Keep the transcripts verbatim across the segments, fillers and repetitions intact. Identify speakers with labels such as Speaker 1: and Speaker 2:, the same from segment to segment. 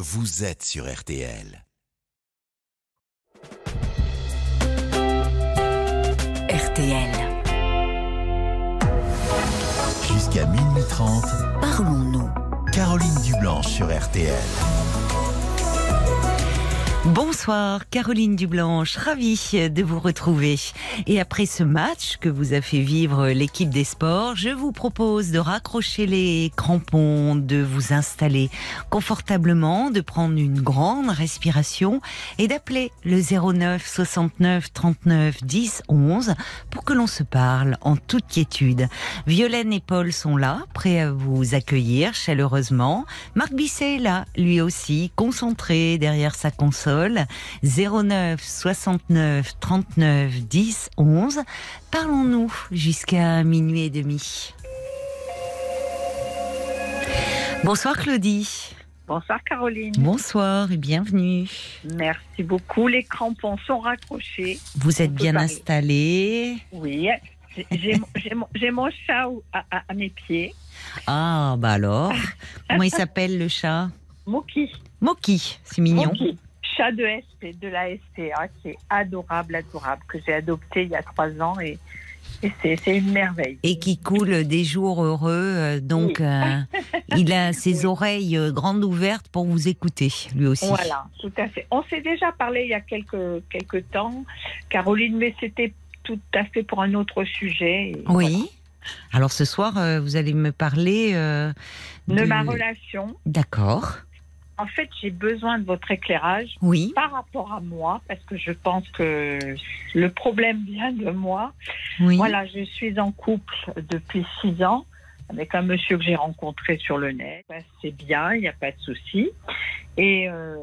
Speaker 1: vous êtes sur R T L.
Speaker 2: R T L.
Speaker 1: Jusqu'à minuit trente,
Speaker 2: Parlons-nous.
Speaker 1: Caroline Dublanche sur R T L.
Speaker 3: Bonsoir Caroline Dublanche, ravie de vous retrouver. Et après ce match que vous a fait vivre l'équipe des sports, je vous propose de raccrocher les crampons, de vous installer confortablement, de prendre une grande respiration et d'appeler le zéro neuf soixante-neuf trente-neuf dix onze pour que l'on se parle en toute quiétude. Violaine et Paul sont là, prêts à vous accueillir chaleureusement. Marc Bisset est là, lui aussi, concentré derrière sa console. zéro neuf soixante-neuf trente-neuf dix onze. Parlons-nous jusqu'à minuit et demi. Bonsoir Claudie.
Speaker 4: Bonsoir Caroline.
Speaker 3: Bonsoir et bienvenue.
Speaker 4: Merci beaucoup. Les crampons sont raccrochés.
Speaker 3: Vous êtes bien
Speaker 4: parler.
Speaker 3: installé?
Speaker 4: Oui, j'ai, j'ai, j'ai mon chat à, à, à mes pieds.
Speaker 3: Ah bah alors, comment il s'appelle le chat?
Speaker 4: Moki.
Speaker 3: Moki, c'est mignon.
Speaker 4: Moki. Chat de S P, de la S P A, qui est adorable, adorable, que j'ai adopté il y a trois ans et, et c'est, c'est une merveille.
Speaker 3: Et qui coule des jours heureux, donc
Speaker 4: Oui.
Speaker 3: euh, il a ses
Speaker 4: Oui.
Speaker 3: oreilles grandes ouvertes pour vous écouter, lui aussi.
Speaker 4: Voilà, tout à fait. On s'est déjà parlé il y a quelques, quelques temps, Caroline, mais c'était tout à fait pour un autre sujet. Et
Speaker 3: Oui.
Speaker 4: voilà.
Speaker 3: Alors ce soir, euh, vous allez me parler euh,
Speaker 4: De
Speaker 3: de
Speaker 4: ma relation.
Speaker 3: D'accord.
Speaker 4: En fait, j'ai besoin de votre éclairage.
Speaker 3: Oui.
Speaker 4: Par rapport à moi, parce que je pense que le problème vient de moi.
Speaker 3: Oui.
Speaker 4: Voilà, je suis en couple depuis six ans avec un monsieur que j'ai rencontré sur le net. C'est bien, il n'y a pas de souci. Et euh,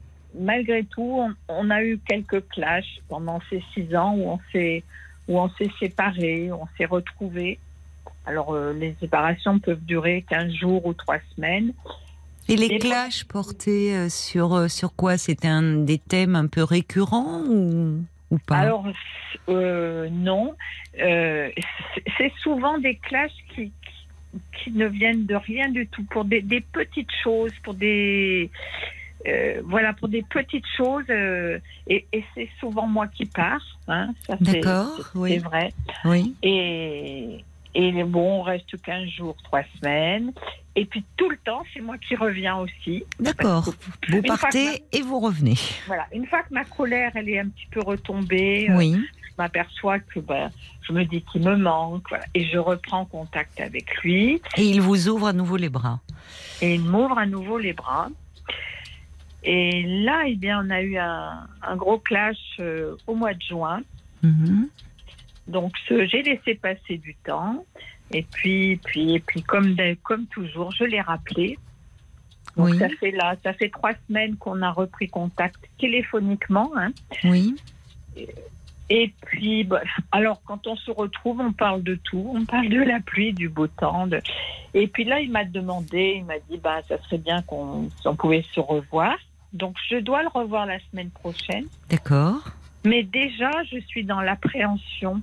Speaker 4: malgré tout, on, on a eu quelques clashs pendant ces six ans où on s'est, où on s'est séparés, on s'est retrouvés. Alors, euh, les séparations peuvent durer quinze jours ou trois semaines.
Speaker 3: Et les
Speaker 4: Et
Speaker 3: clashs portaient euh, sur, euh, sur quoi? C'était un des thèmes un peu récurrents ou, ou pas?
Speaker 4: Alors, euh, non. Euh, c'est souvent des clashs qui, qui, qui ne viennent de rien du tout, pour des, des petites choses, pour des... Euh, voilà, pour des petites choses. Euh, et, et c'est souvent moi qui pars. Hein, ça,
Speaker 3: D'accord,
Speaker 4: c'est, c'est,
Speaker 3: oui.
Speaker 4: c'est vrai.
Speaker 3: Oui.
Speaker 4: Et, et bon, on reste quinze jours, trois semaines. Et puis tout le temps, c'est moi qui reviens aussi.
Speaker 3: D'accord. Vous
Speaker 4: Une fois
Speaker 3: partez
Speaker 4: que
Speaker 3: et vous revenez.
Speaker 4: Voilà, une fois que ma colère, elle est un petit peu retombée, euh,
Speaker 3: Oui.
Speaker 4: je m'aperçois que ben, je me dis qu'il me manque, voilà, et je reprends contact avec lui.
Speaker 3: Et il vous ouvre à nouveau les bras.
Speaker 4: Et il m'ouvre à nouveau les bras. Et là, eh bien, on a eu un, un gros clash euh, au mois de juin.
Speaker 3: Mhm.
Speaker 4: Donc, ce, j'ai laissé passer du temps. Et puis, puis, et puis comme, de, comme toujours, je l'ai rappelé. Donc,
Speaker 3: Oui.
Speaker 4: ça fait là, ça fait trois semaines qu'on a repris contact téléphoniquement. Hein.
Speaker 3: Oui.
Speaker 4: Et puis, bah, alors, quand on se retrouve, on parle de tout. On parle de la pluie, du beau temps. De... Et puis là, il m'a demandé, il m'a dit, bah, ça serait bien qu'on si on pouvait se revoir. Donc, je dois le revoir la semaine prochaine.
Speaker 3: D'accord.
Speaker 4: Mais déjà, je suis dans l'appréhension.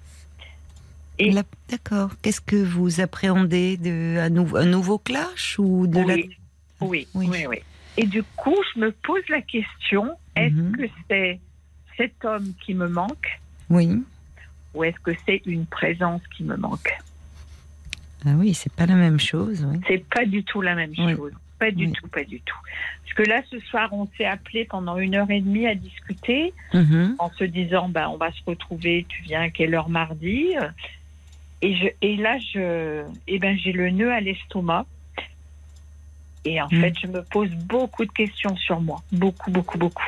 Speaker 4: Et
Speaker 3: La- D'accord. Qu'est-ce que vous appréhendez de un, nou- un nouveau clash ou de
Speaker 4: oui,
Speaker 3: la...
Speaker 4: oui,
Speaker 3: Oui.
Speaker 4: oui, oui. Et du coup, je me pose la question, est-ce
Speaker 3: Mhm.
Speaker 4: que c'est cet homme qui me manque
Speaker 3: Oui.
Speaker 4: ou est-ce que c'est une présence qui me manque?
Speaker 3: Ah oui, c'est pas la même chose. Oui.
Speaker 4: C'est pas du tout la même
Speaker 3: Oui.
Speaker 4: chose. Pas du
Speaker 3: Oui.
Speaker 4: tout, pas du tout. Parce que là, ce soir, on s'est appelé pendant une heure et demie à discuter
Speaker 3: Mhm.
Speaker 4: en se disant, bah, on va se retrouver, tu viens à quelle heure mardi? Et, je, et là, je, eh ben, j'ai le nœud à l'estomac. Et en
Speaker 3: Mm.
Speaker 4: fait, je me pose beaucoup de questions sur moi. Beaucoup, beaucoup, beaucoup.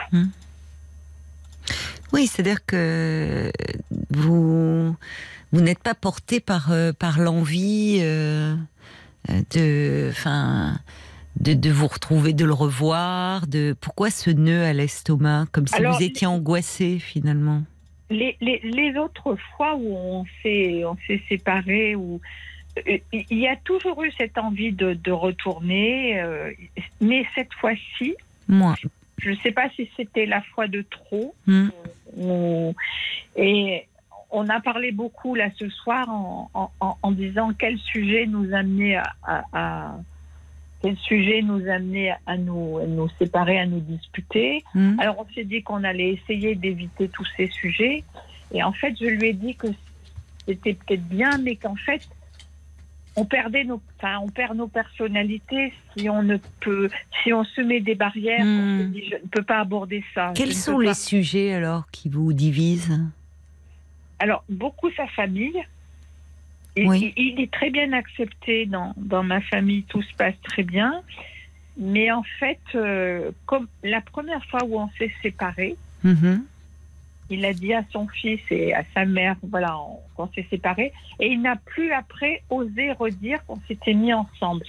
Speaker 3: Oui, c'est-à-dire que vous, vous n'êtes pas porté par, euh, par l'envie euh, de, enfin, de, de vous retrouver, de le revoir. De... Pourquoi ce nœud à l'estomac? Comme si
Speaker 4: Alors,
Speaker 3: vous étiez angoissé finalement.
Speaker 4: Les, les, les autres fois où on s'est, on s'est séparés, où euh, il y a toujours eu cette envie de, de retourner, euh, mais cette fois-ci,
Speaker 3: Moi.
Speaker 4: je ne sais pas si c'était la fois de trop.
Speaker 3: Hmm.
Speaker 4: Ou, et on a parlé beaucoup là ce soir en, en, en disant quel sujet nous amenait à, à, à, quel sujet nous amenait à nous, à nous séparer, à nous disputer.
Speaker 3: Mmh.
Speaker 4: Alors, on s'est dit qu'on allait essayer d'éviter tous ces sujets. Et en fait, je lui ai dit que c'était peut-être bien, mais qu'en fait, on perdait nos, enfin, on perd nos personnalités si on ne peut, si on se met des barrières.
Speaker 3: Mmh.
Speaker 4: On se dit, je ne peux pas aborder ça.
Speaker 3: Quels
Speaker 4: je ne
Speaker 3: sont
Speaker 4: peux
Speaker 3: les
Speaker 4: pas.
Speaker 3: sujets alors qui vous divisent?
Speaker 4: Alors, beaucoup sa famille. Et
Speaker 3: Oui.
Speaker 4: il, il est très bien accepté dans, dans ma famille, tout se passe très bien. Mais en fait, euh, comme la première fois où on s'est séparés,
Speaker 3: Mmh.
Speaker 4: il a dit à son fils et à sa mère, voilà, on- qu'on s'est séparés. Et il n'a plus après osé redire qu'on s'était mis ensemble.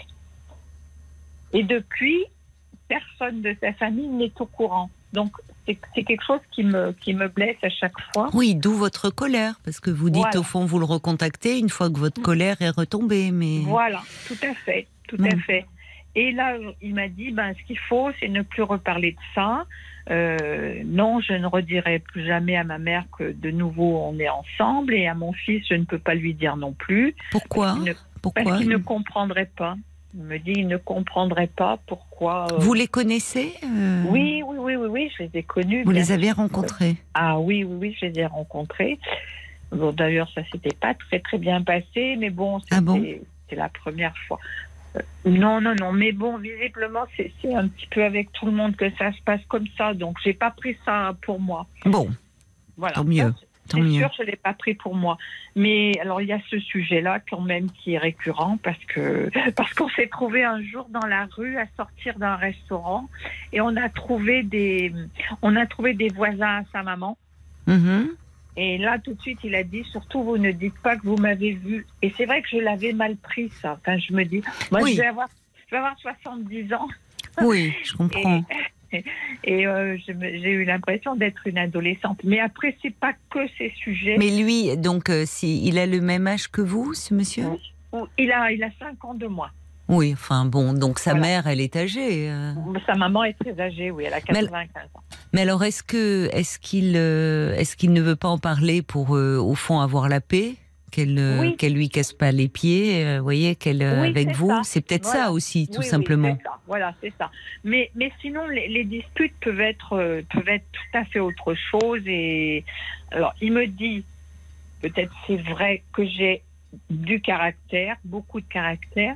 Speaker 4: Et depuis, personne de sa famille n'est au courant. Donc, c'est c'est quelque chose qui me, qui me blesse à chaque fois.
Speaker 3: Oui, d'où votre colère, parce que vous dites
Speaker 4: Voilà.
Speaker 3: au fond vous le recontactez une fois que votre colère est retombée, mais
Speaker 4: Voilà, tout à fait, tout
Speaker 3: Mm.
Speaker 4: à fait. Et là, il m'a dit, ben, ce qu'il faut, c'est ne plus reparler de ça. Euh, non, je ne redirai plus jamais à ma mère que de nouveau on est ensemble, et à mon fils, je ne peux pas lui dire non plus.
Speaker 3: pourquoi
Speaker 4: Il ne-
Speaker 3: Pourquoi
Speaker 4: Parce qu'il ne comprendrait pas. Il me dit, il ne comprendrait pas pourquoi. euh,
Speaker 3: Vous les connaissez euh,
Speaker 4: Oui, oui, oui, oui, oui, je les ai connus.
Speaker 3: Vous
Speaker 4: bien
Speaker 3: les avez
Speaker 4: sûr.
Speaker 3: rencontrés?
Speaker 4: Ah oui, oui, oui, je les ai rencontrés. Bon, d'ailleurs, ça s'était pas très, très bien passé, mais bon, c'était
Speaker 3: Ah bon
Speaker 4: c'était la première fois. Euh, non, non, non, mais bon, visiblement, c'est c'est un petit peu avec tout le monde que ça se passe comme ça, donc j'ai pas pris ça pour moi.
Speaker 3: Bon,
Speaker 4: Voilà.
Speaker 3: Tant mieux,
Speaker 4: Ça,
Speaker 3: tant
Speaker 4: c'est
Speaker 3: mieux.
Speaker 4: sûr, je l'ai pas pris pour moi. Mais alors, il y a ce sujet-là quand même qui est récurrent, parce que parce qu'on s'est trouvé un jour dans la rue à sortir d'un restaurant, et on a trouvé des on a trouvé des voisins à sa maman.
Speaker 3: Mhm.
Speaker 4: Et là, tout de suite, il a dit, surtout, vous ne dites pas que vous m'avez vu. Et c'est vrai que je l'avais mal pris, ça. Enfin, je me dis, moi,
Speaker 3: Oui.
Speaker 4: je, vais avoir, je vais avoir soixante-dix ans.
Speaker 3: Oui, je comprends.
Speaker 4: Et, et euh, je me- j'ai eu l'impression d'être une adolescente. Mais après, c'est pas que ces sujets.
Speaker 3: Mais lui, donc, euh, si, il a le même âge que vous, ce monsieur?
Speaker 4: Où il a, il a cinq ans de moins.
Speaker 3: Oui, enfin bon, donc sa
Speaker 4: Voilà.
Speaker 3: mère, elle est âgée. euh.
Speaker 4: Sa maman est très âgée, oui, elle a
Speaker 3: Mais elle-
Speaker 4: quatre-vingt-quinze ans.
Speaker 3: Mais alors, est-ce que, est-ce qu'il, euh, est-ce qu'il ne veut pas en parler pour, euh, au fond, avoir la paix, qu'elle, euh,
Speaker 4: Oui.
Speaker 3: qu'elle lui casse pas les pieds, euh, vous voyez, qu'elle, euh,
Speaker 4: Oui,
Speaker 3: avec
Speaker 4: c'est
Speaker 3: vous,
Speaker 4: ça.
Speaker 3: c'est peut-être
Speaker 4: Voilà.
Speaker 3: ça aussi, tout
Speaker 4: Oui, oui,
Speaker 3: simplement.
Speaker 4: c'est ça. Voilà, c'est ça. Mais, mais sinon, les, les disputes peuvent être, euh, peuvent être tout à fait autre chose. Et alors, il me dit, peut-être c'est vrai que j'ai du caractère, beaucoup de caractère,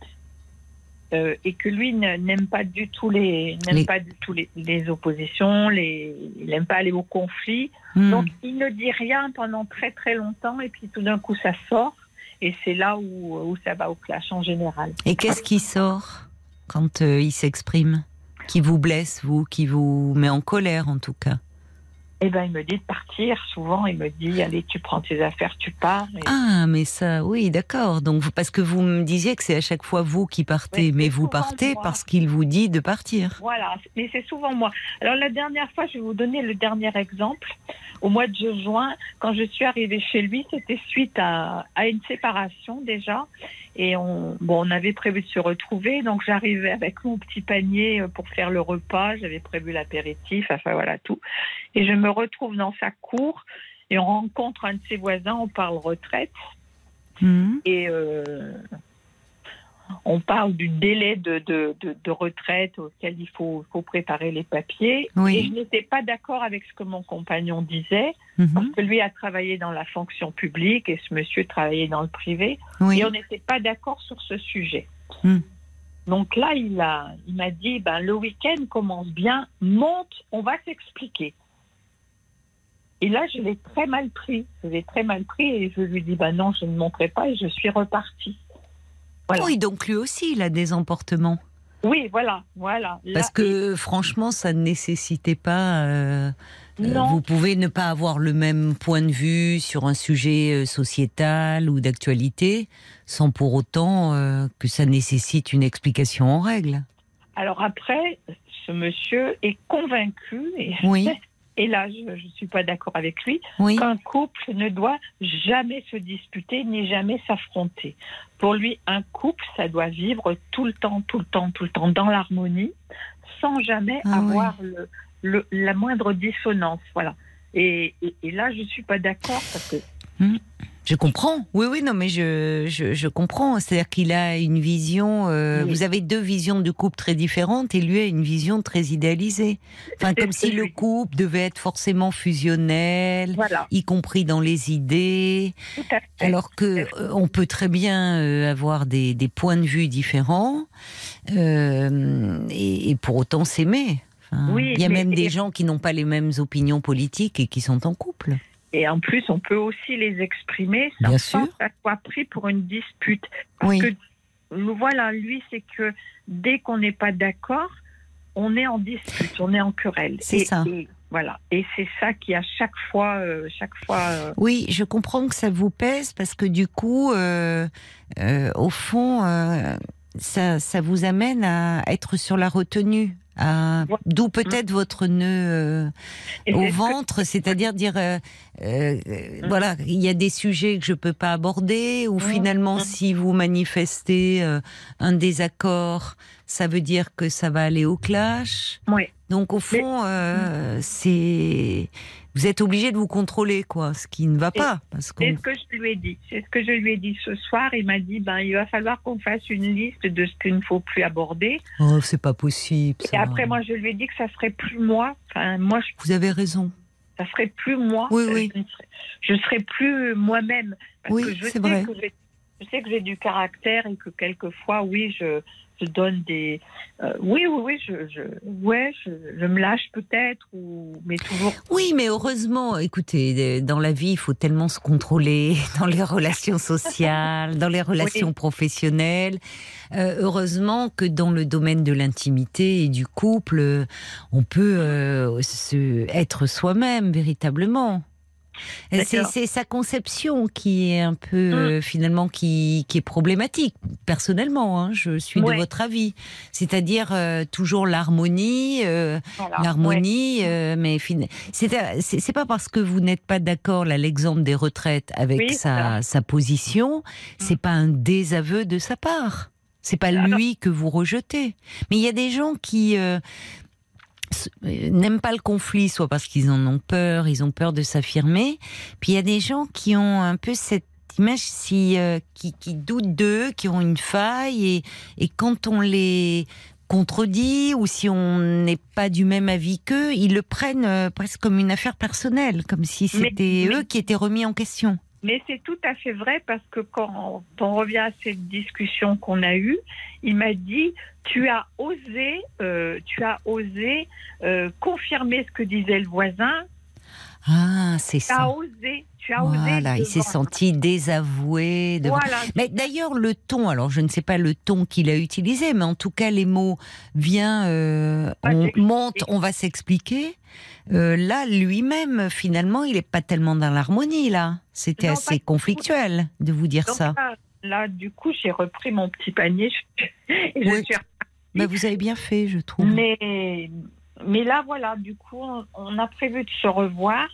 Speaker 4: euh, et que lui ne- n'aime pas du tout les, n'aime
Speaker 3: Les-
Speaker 4: pas du tout les, les oppositions, les, il n'aime pas aller au conflit.
Speaker 3: Hmm.
Speaker 4: Donc, il ne dit rien pendant très très longtemps, et puis tout d'un coup, ça sort. Et c'est là où, où ça va au clash en général.
Speaker 3: Et qu'est-ce qui sort quand euh, il s'exprime, qui vous blesse, vous, qui vous met en colère, en tout cas?
Speaker 4: Eh ben, il me dit de partir. Souvent, il me dit, allez, tu prends tes affaires, tu pars. Et...
Speaker 3: Ah, mais ça, oui, d'accord. Donc, vous- parce que vous me disiez que c'est à chaque fois vous qui partez,
Speaker 4: Oui,
Speaker 3: mais
Speaker 4: c'est
Speaker 3: vous
Speaker 4: souvent
Speaker 3: partez
Speaker 4: moi.
Speaker 3: parce qu'il vous dit de partir.
Speaker 4: Voilà, mais c'est souvent moi. Alors, la dernière fois, je vais vous donner le dernier exemple. Au mois de juin, quand je suis arrivée chez lui, c'était suite à, à une séparation déjà. Et on, bon, on avait prévu de se retrouver. Donc, j'arrivais avec mon petit panier pour faire le repas. J'avais prévu l'apéritif, enfin voilà tout. Et je me retrouve dans sa cour et on rencontre un de ses voisins. On parle retraite.
Speaker 3: Mhm.
Speaker 4: Et euh, on parle du délai de, de, de, de retraite auquel il faut, faut préparer les papiers.
Speaker 3: Oui.
Speaker 4: Et je n'étais pas d'accord avec ce que mon compagnon disait, parce
Speaker 3: Mhm.
Speaker 4: que lui a travaillé dans la fonction publique et ce monsieur travaillait dans le privé.
Speaker 3: Oui.
Speaker 4: Et on n'était pas d'accord sur ce sujet.
Speaker 3: Hmm.
Speaker 4: Donc là, il a, il m'a dit, ben, le week-end commence bien, monte, on va s'expliquer. Et là, je l'ai très mal pris. Je l'ai très mal pris et je lui dis, ben non, je ne monterai pas, et je suis repartie. Voilà.
Speaker 3: Oui, donc lui aussi, il a des emportements.
Speaker 4: Oui, voilà, voilà. Là,
Speaker 3: Parce que franchement, ça ne nécessitait pas. euh, euh,
Speaker 4: Non.
Speaker 3: vous pouvez ne pas avoir le même point de vue sur un sujet euh, sociétal ou d'actualité, sans pour autant euh, que ça nécessite une explication en règle.
Speaker 4: Alors après, ce monsieur est convaincu, et,
Speaker 3: Oui,
Speaker 4: et là, je ne suis pas d'accord avec lui,
Speaker 3: oui.
Speaker 4: qu'un couple ne doit jamais se disputer ni jamais s'affronter. Pour lui, un couple, ça doit vivre tout le temps, tout le temps, tout le temps dans l'harmonie, sans jamais
Speaker 3: Ah
Speaker 4: avoir le, le, la moindre dissonance. Voilà. Et, et, et là, je ne suis pas d'accord parce que
Speaker 3: Hmm. Je comprends. Oui, oui, non, mais je, je, je comprends. C'est-à-dire qu'il a une vision. Euh, oui. Vous avez deux visions du couple très différentes, et lui a une vision très idéalisée. Enfin, comme si le couple devait être forcément fusionnel, voilà. y compris dans les idées.
Speaker 4: Tout à fait.
Speaker 3: Alors que euh, on peut très bien euh, avoir des, des points de vue différents euh, et, et pour autant s'aimer. Enfin,
Speaker 4: oui,
Speaker 3: il y a
Speaker 4: mais,
Speaker 3: même des
Speaker 4: et...
Speaker 3: gens qui n'ont pas les mêmes opinions politiques et qui sont en couple.
Speaker 4: Et en plus, on peut aussi les exprimer sans
Speaker 3: Bien
Speaker 4: que
Speaker 3: sûr.
Speaker 4: ça soit pris pour une dispute. Parce
Speaker 3: oui.
Speaker 4: que, voilà, lui, c'est que dès qu'on n'est pas d'accord, on est en dispute, on est en querelle.
Speaker 3: C'est
Speaker 4: et,
Speaker 3: ça.
Speaker 4: Et, voilà. Et c'est ça qui, à chaque fois... Euh, chaque fois euh...
Speaker 3: Oui, je comprends que ça vous pèse, parce que du coup, euh, euh, au fond, euh, ça, ça vous amène à être sur la retenue. À... D'où peut-être mmh. votre nœud euh, au ventre, que... c'est-à-dire dire euh, euh, mmh. voilà, il y a des sujets que je peux pas aborder, ou mmh. finalement mmh. si vous manifestez euh, un désaccord, ça veut dire que ça va aller au clash.
Speaker 4: Oui.
Speaker 3: Donc au fond, Mais... euh, c'est vous êtes obligé de vous contrôler, quoi, ce qui ne va pas. Parce qu'on...
Speaker 4: C'est ce que je lui ai dit. C'est ce que je lui ai dit ce soir. Il m'a dit, ben, il va falloir qu'on fasse une liste de ce qu'il ne faut plus aborder.
Speaker 3: Oh, c'est pas possible. Ça.
Speaker 4: Et après, moi, je lui ai dit que ça serait plus moi. Enfin, moi, je...
Speaker 3: Vous avez raison.
Speaker 4: Ça serait plus moi.
Speaker 3: Oui, oui.
Speaker 4: Je ne serais, je serais plus moi-même. Parce
Speaker 3: oui,
Speaker 4: que je
Speaker 3: c'est
Speaker 4: sais
Speaker 3: vrai.
Speaker 4: Que j'ai, je sais que j'ai du caractère et que quelquefois, oui, je... je donne des... Euh, oui, oui, oui, je, je, ouais, je, je me lâche peut-être, ou, mais toujours...
Speaker 3: Oui, mais heureusement, écoutez, dans la vie, il faut tellement se contrôler, dans les relations sociales, dans les relations oui. professionnelles. Euh, heureusement que dans le domaine de l'intimité et du couple, on peut euh, se, être soi-même, véritablement. C'est, c'est sa conception qui est un peu mmh. euh, finalement qui, qui est problématique. Personnellement, hein, je suis ouais. de votre avis. C'est-à-dire euh, toujours l'harmonie, euh, voilà. l'harmonie, ouais. euh, mais fin... c'est, c'est, c'est pas parce que vous n'êtes pas d'accord, là, l'exemple des retraites avec oui, sa, sa position, mmh. c'est pas un désaveu de sa part. C'est pas Alors... lui que vous rejetez. Mais il y a des gens qui euh, n'aiment pas le conflit, soit parce qu'ils en ont peur, ils ont peur de s'affirmer. Puis il y a des gens qui ont un peu cette image, si, euh, qui, qui doutent d'eux, qui ont une faille, et, et quand on les contredit, ou si on n'est pas du même avis qu'eux, ils le prennent euh, presque comme une affaire personnelle, comme si c'était mais, eux mais... qui étaient remis en question.
Speaker 4: Mais c'est tout à fait vrai, parce que quand on revient à cette discussion qu'on a eue, il m'a dit, tu as osé, euh, tu as osé euh, confirmer ce que disait le voisin.
Speaker 3: Ah, c'est
Speaker 4: tu
Speaker 3: ça.
Speaker 4: As osé, tu as
Speaker 3: voilà,
Speaker 4: osé.
Speaker 3: Voilà, il s'est senti désavoué. Devant...
Speaker 4: Voilà.
Speaker 3: Mais d'ailleurs, le ton, alors je ne sais pas le ton qu'il a utilisé, mais en tout cas, les mots, viens, euh, on monte, on va s'expliquer. Euh, là, lui-même, finalement, il n'est pas tellement dans l'harmonie, là. C'était non, assez conflictuel de vous dire
Speaker 4: Donc,
Speaker 3: ça.
Speaker 4: Là, là, du coup, j'ai repris mon petit panier et je
Speaker 3: oui.
Speaker 4: suis repartie.
Speaker 3: Mais vous avez bien fait, je trouve.
Speaker 4: Mais, mais là, voilà, du coup, on a prévu de se revoir.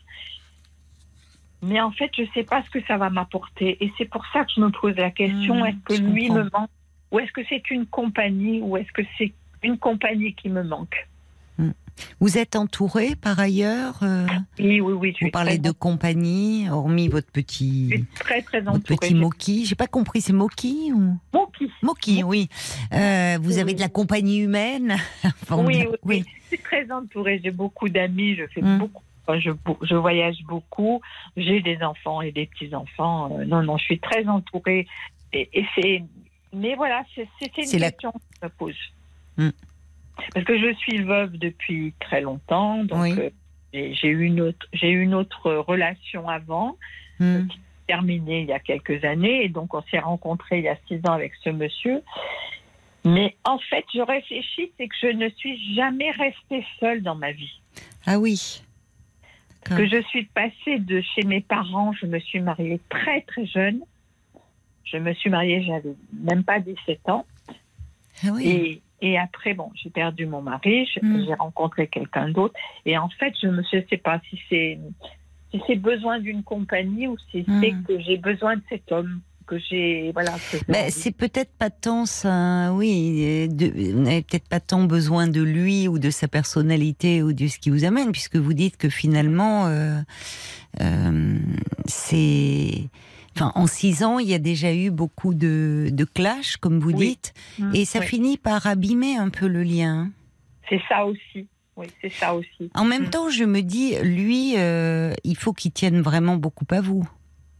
Speaker 4: Mais en fait, je ne sais pas ce que ça va m'apporter. Et c'est pour ça que je me pose la question, mmh, est-ce que lui comprends. me manque? Ou est-ce que c'est une compagnie? Ou est-ce que c'est une compagnie qui me manque?
Speaker 3: mmh. Vous êtes entouré par ailleurs euh,
Speaker 4: Oui, oui, oui.
Speaker 3: Vous parlez de compagnie, hormis votre petit,
Speaker 4: je suis très, très
Speaker 3: votre petit Moki. J'ai pas compris, c'est Moki ou
Speaker 4: Moki.
Speaker 3: Moki, oui. Euh, vous oui. avez de la compagnie humaine.
Speaker 4: enfin, oui, oui, oui. Je suis très entourée. J'ai beaucoup d'amis. Je fais mmh. beaucoup. Je, je voyage beaucoup. J'ai des enfants et des petits enfants. Euh, non, non, je suis très entourée. Et, et c'est. Mais voilà, c'est, c'est une c'est question la... que je me pose. Mmh. Parce que je suis veuve depuis très longtemps, donc oui. euh, j'ai, j'ai, eu une autre, j'ai eu une autre relation avant, mmh. euh, qui s'est terminée il y a quelques années, et donc on s'est rencontrés il y a six ans avec ce monsieur. Mais en fait, je réfléchis, c'est que je ne suis jamais restée seule dans ma vie.
Speaker 3: Ah oui.
Speaker 4: Parce que je suis passée de chez mes parents, je me suis mariée très très jeune. Je me suis mariée, j'avais même pas dix-sept ans.
Speaker 3: Ah oui.
Speaker 4: Et Et après, bon, j'ai perdu mon mari, je, mmh. j'ai rencontré quelqu'un d'autre. Et en fait, je ne sais pas si c'est, si c'est besoin d'une compagnie ou si mmh. c'est que j'ai besoin de cet homme. Que j'ai, voilà, que
Speaker 3: Mais c'est peut-être pas tant ça, oui, de, vous n'avez peut-être pas tant besoin de lui ou de sa personnalité ou de ce qui vous amène, puisque vous dites que finalement, euh, euh, c'est... Enfin, en six ans, il y a déjà eu beaucoup de, de clash, comme vous
Speaker 4: Oui.
Speaker 3: dites,
Speaker 4: Mmh,
Speaker 3: et ça
Speaker 4: oui.
Speaker 3: finit par abîmer un peu le lien.
Speaker 4: C'est ça aussi. Oui, c'est ça aussi.
Speaker 3: En même
Speaker 4: Mmh.
Speaker 3: temps, je me dis, lui, euh, il faut qu'il tienne vraiment beaucoup à vous.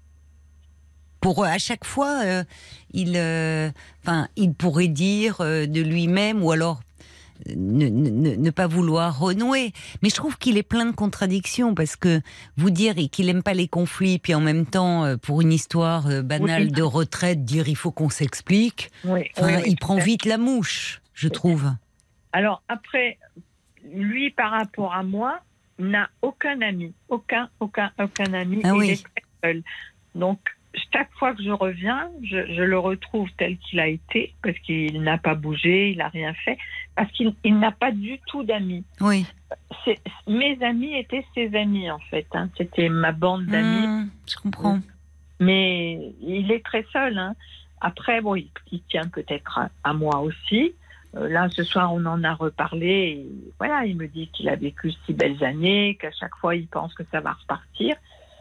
Speaker 3: Pour à chaque fois, euh, il, euh, enfin, il pourrait dire euh, de lui-même, ou alors euh, ne, ne, ne pas vouloir renouer. Mais je trouve qu'il est plein de contradictions, parce que vous dire qu'il aime pas les conflits, puis en même temps, euh, pour une histoire euh, banale
Speaker 4: Oui.
Speaker 3: de retraite, dire il faut qu'on s'explique.
Speaker 4: Oui,
Speaker 3: Enfin,
Speaker 4: oui, oui,
Speaker 3: il
Speaker 4: tout
Speaker 3: prend
Speaker 4: à fait.
Speaker 3: vite la mouche, je trouve.
Speaker 4: Alors après, lui par rapport à moi, n'a aucun ami, aucun, aucun, aucun ami.
Speaker 3: Ah
Speaker 4: il
Speaker 3: oui.
Speaker 4: est très seul. Donc chaque fois que je reviens, je, je le retrouve tel qu'il a été, parce qu'il n'a pas bougé, il n'a rien fait, parce qu'il il n'a pas du tout d'amis.
Speaker 3: Oui.
Speaker 4: C'est- Mes amis étaient ses amis en fait. Hein. C'était ma bande d'amis.
Speaker 3: Mmh, je comprends.
Speaker 4: Mais il est très seul. Hein. Après, bon, il, il tient peut-être à, à moi aussi. Euh, là, ce soir, on en a reparlé. Et voilà, il me dit qu'il a vécu six belles années, qu'à chaque fois, il pense que ça va repartir.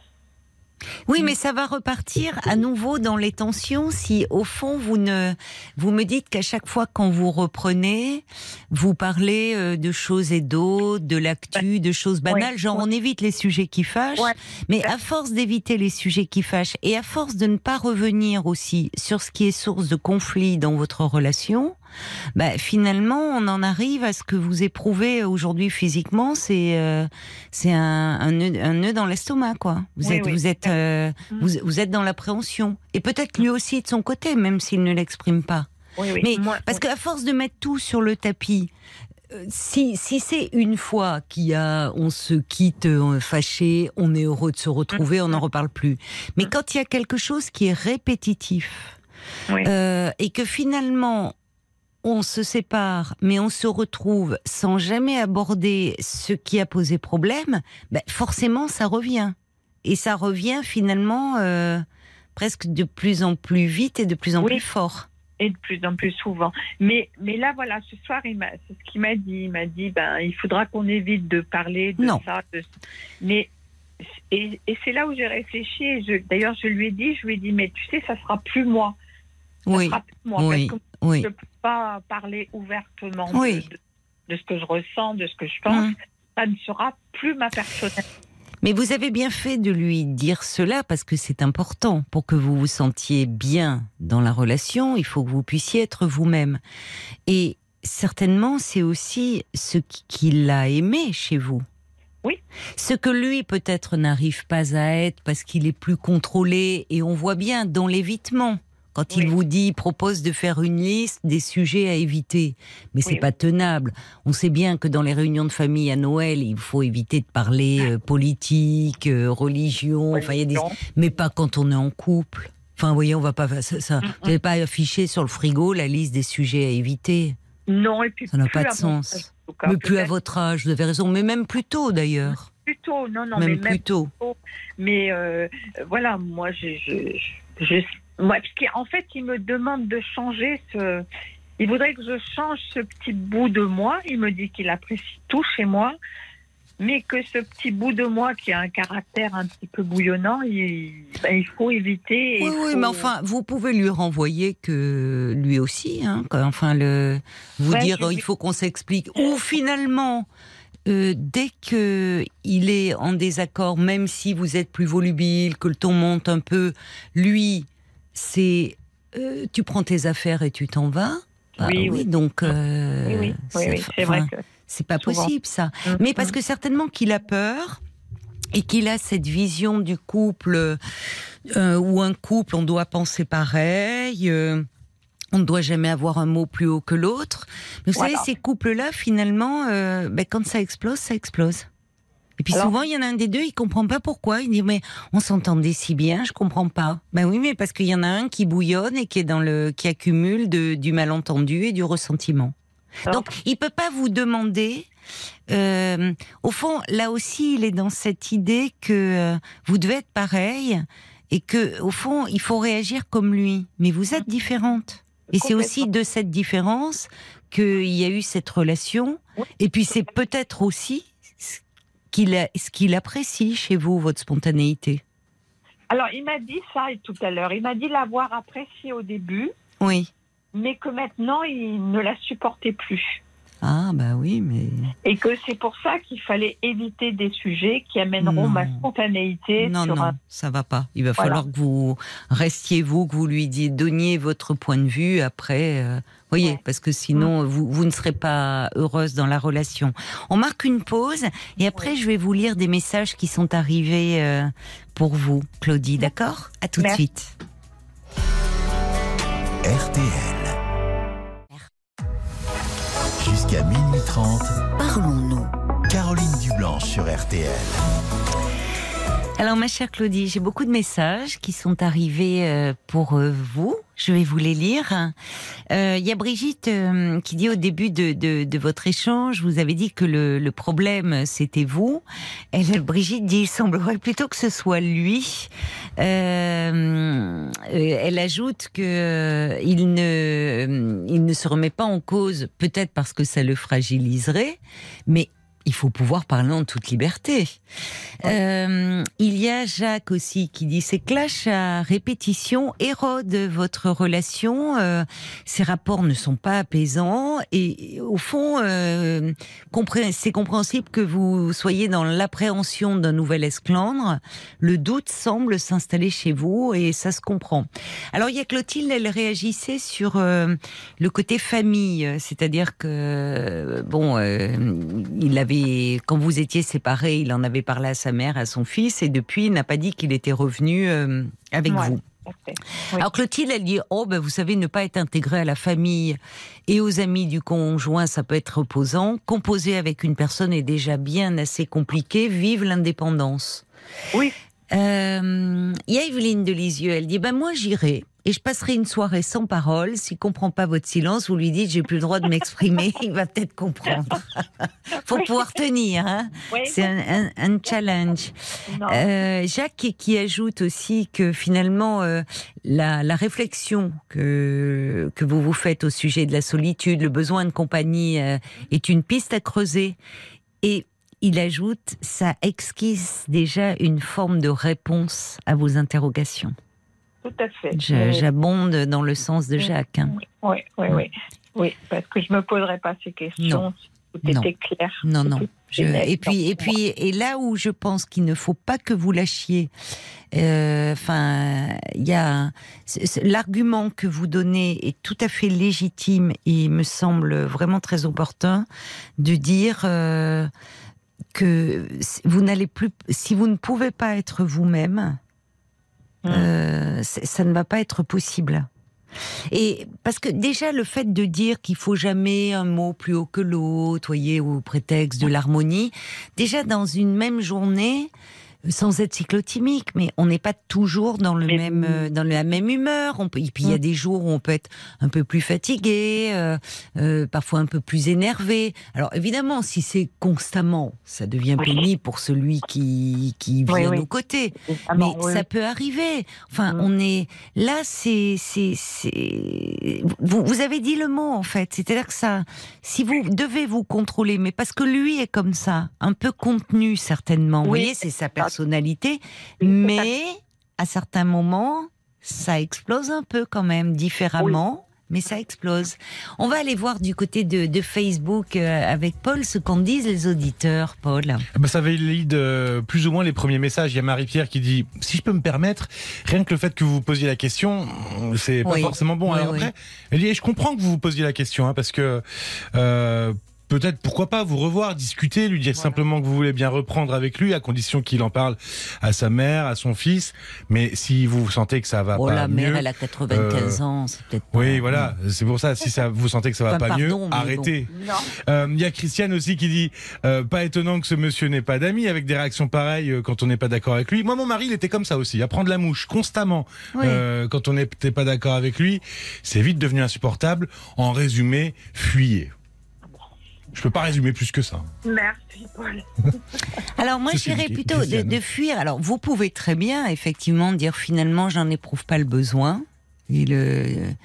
Speaker 3: Oui, mais ça va repartir à nouveau dans les tensions si, au fond, vous ne, vous me dites qu'à chaque fois quand vous reprenez, vous parlez euh, de choses et d'autres, de l'actu, de choses banales,
Speaker 4: Oui,
Speaker 3: genre
Speaker 4: oui.
Speaker 3: on évite les sujets qui fâchent,
Speaker 4: Ouais.
Speaker 3: mais à force d'éviter les sujets qui fâchent et à force de ne pas revenir aussi sur ce qui est source de conflit dans votre relation, bah, finalement, on en arrive à ce que vous éprouvez aujourd'hui physiquement, c'est euh, c'est un, un, nœud, un nœud dans l'estomac, quoi. Vous
Speaker 4: Oui,
Speaker 3: êtes
Speaker 4: oui.
Speaker 3: vous êtes euh,
Speaker 4: Mm.
Speaker 3: vous, vous êtes dans l'appréhension, et peut-être lui aussi de son côté, même s'il ne l'exprime pas.
Speaker 4: Oui, oui.
Speaker 3: Mais
Speaker 4: Moi,
Speaker 3: parce qu'à force de mettre tout sur le tapis, euh, si si c'est une fois qu'il y a, on se quitte euh, fâché, on est heureux de se retrouver, on n'en reparle plus. Mais quand il y a quelque chose qui est répétitif,
Speaker 4: oui.
Speaker 3: euh, et que finalement on se sépare, mais on se retrouve sans jamais aborder ce qui a posé problème, ben forcément ça revient. Et ça revient finalement euh, presque de plus en plus vite et de plus en
Speaker 4: Oui.
Speaker 3: plus fort.
Speaker 4: Et de plus en plus souvent. Mais, mais là, voilà, ce soir, il m'a, c'est ce qu'il m'a dit. Il m'a dit, ben, il faudra qu'on évite de parler de
Speaker 3: Non.
Speaker 4: ça. De... Mais, et, et c'est là où j'ai réfléchi. Et je, d'ailleurs, je lui ai dit, je lui ai dit, mais tu sais, ça sera plus moi. Ça
Speaker 3: Oui,
Speaker 4: sera plus moi.
Speaker 3: oui,
Speaker 4: Parce que
Speaker 3: oui.
Speaker 4: je ne peux pas parler ouvertement
Speaker 3: Oui.
Speaker 4: de, de, de ce que je ressens, de ce que je pense.
Speaker 3: Mmh.
Speaker 4: Ça ne sera plus ma personnalité.
Speaker 3: Mais vous avez bien fait de lui dire cela parce que c'est important pour que vous vous sentiez bien dans la relation. Il faut que vous puissiez être vous-même. Et certainement, c'est aussi ce qu'il a aimé chez vous.
Speaker 4: Oui.
Speaker 3: Ce que lui peut-être n'arrive pas à être parce qu'il est plus contrôlé, et on voit bien dans l'évitement. Quand il
Speaker 4: Oui.
Speaker 3: vous dit, il propose de faire une liste des sujets à éviter. Mais c'est
Speaker 4: Oui,
Speaker 3: pas
Speaker 4: oui.
Speaker 3: tenable. On sait bien que dans les réunions de famille à Noël, il faut éviter de parler euh, politique, euh, religion, enfin, il y a des...
Speaker 4: Religion.
Speaker 3: mais pas quand on est en couple. Enfin, vous voyez, on va pas faire ça. ça. Vous n'allez pas afficher sur le frigo la liste des sujets à éviter.
Speaker 4: Non, et puis
Speaker 3: Ça n'a
Speaker 4: plus
Speaker 3: pas de
Speaker 4: à mon
Speaker 3: sens.
Speaker 4: âge, en tout cas,
Speaker 3: Mais plus à
Speaker 4: peut-être
Speaker 3: votre âge, vous avez raison. Mais même plus tôt, d'ailleurs.
Speaker 4: plus tôt. Non, non,
Speaker 3: même
Speaker 4: mais
Speaker 3: plus
Speaker 4: même
Speaker 3: tôt.
Speaker 4: Mais euh, voilà, moi, je, je, je, je- moi, parce qu'en fait, il me demande de changer ce. Il voudrait que je change ce petit bout de moi. Il me dit qu'il apprécie tout chez moi, mais que ce petit bout de moi qui a un caractère un petit peu bouillonnant, il, ben, il faut éviter. et
Speaker 3: Oui,
Speaker 4: il
Speaker 3: oui,
Speaker 4: faut-
Speaker 3: mais enfin, vous pouvez lui renvoyer que lui aussi, hein, quoi. Enfin, le, vous
Speaker 4: Ouais,
Speaker 3: dire,
Speaker 4: je-
Speaker 3: oh, il faut qu'on s'explique. Ou finalement, euh, dès que il est en désaccord, même si vous êtes plus volubile, que le ton monte un peu, lui, c'est, euh, tu prends tes affaires et tu t'en vas. Bah
Speaker 4: Oui, oui.
Speaker 3: donc, euh,
Speaker 4: Oui, oui, oui,
Speaker 3: c'est-
Speaker 4: oui, c'est vrai
Speaker 3: enfin,
Speaker 4: que.
Speaker 3: c'est pas
Speaker 4: souvent.
Speaker 3: possible ça.
Speaker 4: Mhm.
Speaker 3: Mais parce que certainement qu'il a peur et qu'il a cette vision du couple euh, où un couple, on doit penser pareil, euh, on ne doit jamais avoir un mot plus haut que l'autre. Mais vous
Speaker 4: Voilà.
Speaker 3: savez, ces couples-là, finalement, euh, ben, quand ça explose, ça explose. Et puis
Speaker 4: Alors-
Speaker 3: souvent, il y en a un des deux, il comprend pas pourquoi. Il dit, mais on s'entendait si bien, je comprends pas. Ben oui, mais parce qu'il y en a un qui bouillonne et qui est dans le, qui accumule de, du malentendu et du ressentiment.
Speaker 4: Alors-
Speaker 3: Donc, il peut pas vous demander. Euh, au fond, là aussi, il est dans cette idée que euh, vous devez être pareil et que, au fond, il faut réagir comme lui. Mais vous êtes différente. Et c'est aussi de cette différence qu'il y a eu cette relation.
Speaker 4: Oui.
Speaker 3: Et puis, c'est peut-être aussi ce qu'il a- ce qu'il apprécie chez vous, votre spontanéité.
Speaker 4: Alors, il m'a dit ça tout à l'heure. Il m'a dit l'avoir apprécié au début,
Speaker 3: Oui.
Speaker 4: mais que maintenant, il ne la supportait plus.
Speaker 3: Ah, bah oui, mais...
Speaker 4: Et que c'est pour ça qu'il fallait éviter des sujets qui amèneront
Speaker 3: Non.
Speaker 4: ma spontanéité
Speaker 3: Non,
Speaker 4: sur
Speaker 3: non,
Speaker 4: un...
Speaker 3: ça va pas. Il va
Speaker 4: Voilà.
Speaker 3: falloir que vous restiez vous, que vous lui diez, donniez votre point de vue après... euh, voyez,
Speaker 4: Ouais.
Speaker 3: parce que sinon, vous, vous ne serez pas heureuse dans la relation. On marque une pause et après, je vais vous lire des messages qui sont arrivés euh, pour vous, Claudie, d'accord ? À tout de
Speaker 4: Merci.
Speaker 3: suite.
Speaker 1: R T L. Jusqu'à minuit trente,
Speaker 2: Parlons-nous.
Speaker 1: Caroline Dublanche sur R T L.
Speaker 3: Alors, ma chère Claudie, j'ai beaucoup de messages qui sont arrivés euh, pour euh, vous. Je vais vous les lire. Il euh, y a Brigitte euh, qui dit au début de, de, de votre échange, vous avez dit que le, le problème, c'était vous. Elle, Brigitte dit, il semblerait plutôt que ce soit lui. Euh, elle ajoute que euh, il ne, il ne se remet pas en cause, peut-être parce que ça le fragiliserait, mais il faut pouvoir parler en toute liberté. Euh, il y a Jacques aussi qui dit « Ces clashs à répétition érodent votre relation, euh, ces rapports ne sont pas apaisants et au fond, euh, compré- c'est compréhensible que vous soyez dans l'appréhension d'un nouvel esclandre. Le doute semble s'installer chez vous et ça se comprend. » Alors il y a Clotilde, elle réagissait sur euh, le côté famille, c'est-à-dire que, bon, euh, il avait quand vous étiez séparés, il en avait parlé à sa mère, à son fils, et depuis, il n'a pas dit qu'il était revenu euh, avec
Speaker 4: Ouais,
Speaker 3: vous.
Speaker 4: tout à fait. Oui.
Speaker 3: Alors Clotilde, elle dit, oh ben vous savez, ne pas être intégré à la famille et aux amis du conjoint, ça peut être reposant. Composer avec une personne est déjà bien assez compliqué. Vive l'indépendance.
Speaker 4: Oui.
Speaker 3: Euh, Il y a Evelyne de Lisieux, elle dit, ben moi j'irai. Et je passerai une soirée sans parole. S'il comprend pas votre silence, vous lui dites j'ai plus le droit de m'exprimer. Il va peut-être comprendre. Faut pouvoir tenir, hein.
Speaker 4: Oui.
Speaker 3: C'est un, un, un challenge.
Speaker 4: Non.
Speaker 3: Euh, Jacques qui, qui ajoute aussi que finalement euh, la, la réflexion que que vous vous faites au sujet de la solitude, le besoin de compagnie euh, est une piste à creuser. Et il ajoute ça esquisse déjà une forme de réponse à vos interrogations.
Speaker 4: Tout à fait.
Speaker 3: Je-
Speaker 4: Mais-
Speaker 3: J'abonde dans le sens de Jacques. hein.
Speaker 4: Oui, oui, oui. Oui, parce que je me poserais pas ces questions.
Speaker 3: Non.
Speaker 4: Si tout
Speaker 3: Non.
Speaker 4: était clair.
Speaker 3: Non,
Speaker 4: si
Speaker 3: non.
Speaker 4: tout
Speaker 3: Je-
Speaker 4: était net
Speaker 3: et puis,
Speaker 4: dans-
Speaker 3: et puis, et là où je pense qu'il ne faut pas que vous lâchiez, euh, enfin, il y a c'est- c'est- l'argument que vous donnez est tout à fait légitime et me semble vraiment très opportun de dire euh, que vous n'allez plus, si vous ne pouvez pas être vous-même,
Speaker 4: Mmh.
Speaker 3: euh, c'est- ça ne va pas être possible. Et parce que déjà le fait de dire qu'il faut jamais un mot plus haut que l'autre, voyez, au prétexte de l'harmonie, déjà dans une même journée, sans être cyclotimique, mais on n'est pas toujours dans le
Speaker 4: Mais
Speaker 3: même,
Speaker 4: oui.
Speaker 3: euh, dans la même humeur. On peut, et puis il y a
Speaker 4: Mm.
Speaker 3: des jours où on peut être un peu plus fatigué, euh, euh, parfois un peu plus énervé. Alors évidemment, si c'est constamment, ça devient
Speaker 4: Oui.
Speaker 3: pénible pour celui qui qui vit
Speaker 4: Oui,
Speaker 3: à
Speaker 4: oui.
Speaker 3: nos côtés. Mais
Speaker 4: Évidemment, oui,
Speaker 3: ça
Speaker 4: oui.
Speaker 3: peut arriver. Enfin,
Speaker 4: Mm.
Speaker 3: on est là. C'est, c'est, c'est. Vous, vous avez dit le mot en fait. C'est-à-dire que ça, si vous devez vous contrôler, mais parce que lui est comme ça, un peu contenu certainement. Vous
Speaker 4: Oui.
Speaker 3: voyez, c'est sa
Speaker 4: ça.
Speaker 3: personnalité.
Speaker 4: Oui, c'est
Speaker 3: Mais à certains moments, ça explose un peu quand même, différemment. Mais ça explose. On va aller voir du côté de, de Facebook euh, avec Paul ce qu'en disent les auditeurs, Paul.
Speaker 5: Eh ben, ça valide euh, plus ou moins les premiers messages. Il y a Marie-Pierre qui dit « Si je peux me permettre, rien que le fait que vous vous posiez la question, c'est pas
Speaker 3: Oui.
Speaker 5: forcément bon.
Speaker 3: Oui,
Speaker 5: Alors
Speaker 3: oui.
Speaker 5: après, elle dit « Je comprends que vous vous posiez la question, hein, parce que... Euh, peut-être, pourquoi pas, vous revoir, discuter, lui dire
Speaker 4: Voilà.
Speaker 5: simplement que vous voulez bien reprendre avec lui, à condition qu'il en parle à sa mère, à son fils. Mais si vous sentez que ça va
Speaker 3: Oh,
Speaker 5: pas
Speaker 3: la mère,
Speaker 5: mieux...
Speaker 3: elle a quatre-vingt-quinze ans, c'est peut-être pas...
Speaker 5: Oui, voilà, c'est pour ça. Si ça, vous sentez que ça va
Speaker 3: Enfin,
Speaker 5: pas mieux,
Speaker 3: pardon, mais
Speaker 5: arrêtez.
Speaker 4: Non.
Speaker 5: Euh, Il y a Christiane aussi qui dit euh, pas étonnant que ce monsieur n'ait pas d'amis, avec des réactions pareilles euh, quand on n'est pas d'accord avec lui. Moi, mon mari, il était comme ça aussi, à prendre la mouche constamment
Speaker 3: Oui.
Speaker 5: euh, quand on n'était pas d'accord avec lui. C'est vite devenu insupportable. En résumé, fuyez. Je peux pas résumer plus que ça.
Speaker 4: Merci, Paul.
Speaker 3: Alors moi,
Speaker 5: Ça,
Speaker 3: je
Speaker 5: c'est
Speaker 3: dirais
Speaker 5: une
Speaker 3: plutôt de,
Speaker 5: Christiane.
Speaker 3: de fuir. Alors vous pouvez très bien, effectivement, dire finalement, j'en éprouve pas le besoin. Et le,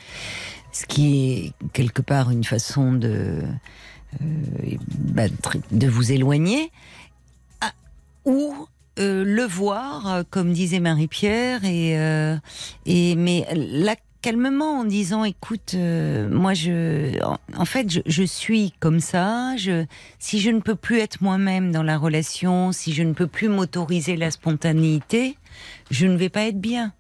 Speaker 3: ce qui est quelque part une façon de, euh, bah, de vous éloigner. Ah, ou euh, le voir, euh, comme disait Marie-Pierre, et, euh, et mais là, calmement, en disant, écoute, euh, moi, je, en, en fait, je, je suis comme ça. Je, si je ne peux plus être moi-même dans la relation, si je ne peux plus m'autoriser la spontanéité, je ne vais pas être bien.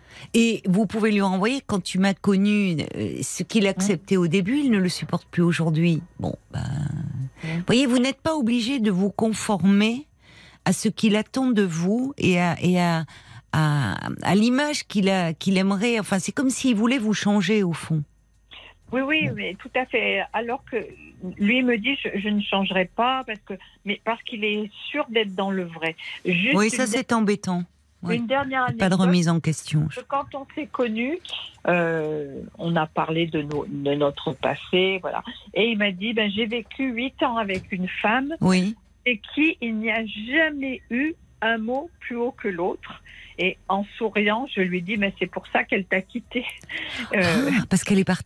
Speaker 3: Et vous pouvez lui renvoyer, quand tu m'as connu, euh, ce qu'il acceptait au début, il ne le supporte plus aujourd'hui. Bon, ben, vous voyez, vous n'êtes pas obligé de vous conformer à ce qu'il attend de vous et à, et à, à, à l'image qu'il a, qu'il aimerait. Enfin, c'est comme s'il voulait vous changer au fond.
Speaker 4: Oui, oui, mais tout à fait. Alors que lui me dit, je, je ne changerai pas parce que, mais parce qu'il est sûr d'être dans le vrai. Juste
Speaker 3: oui, ça
Speaker 4: une,
Speaker 3: c'est embêtant. Oui.
Speaker 4: Une dernière anecdote.
Speaker 3: Pas de remise en question.
Speaker 4: Quand on s'est connus, euh, on a parlé de, nos, de notre passé, voilà. Et il m'a dit, ben j'ai vécu huit ans avec une femme.
Speaker 3: Oui.
Speaker 4: Et qui il n'y a jamais eu un mot plus haut que l'autre. Et en souriant, je lui dis, mais c'est pour ça qu'elle t'a quitté.
Speaker 3: Euh... Ah, parce qu'elle est partie ?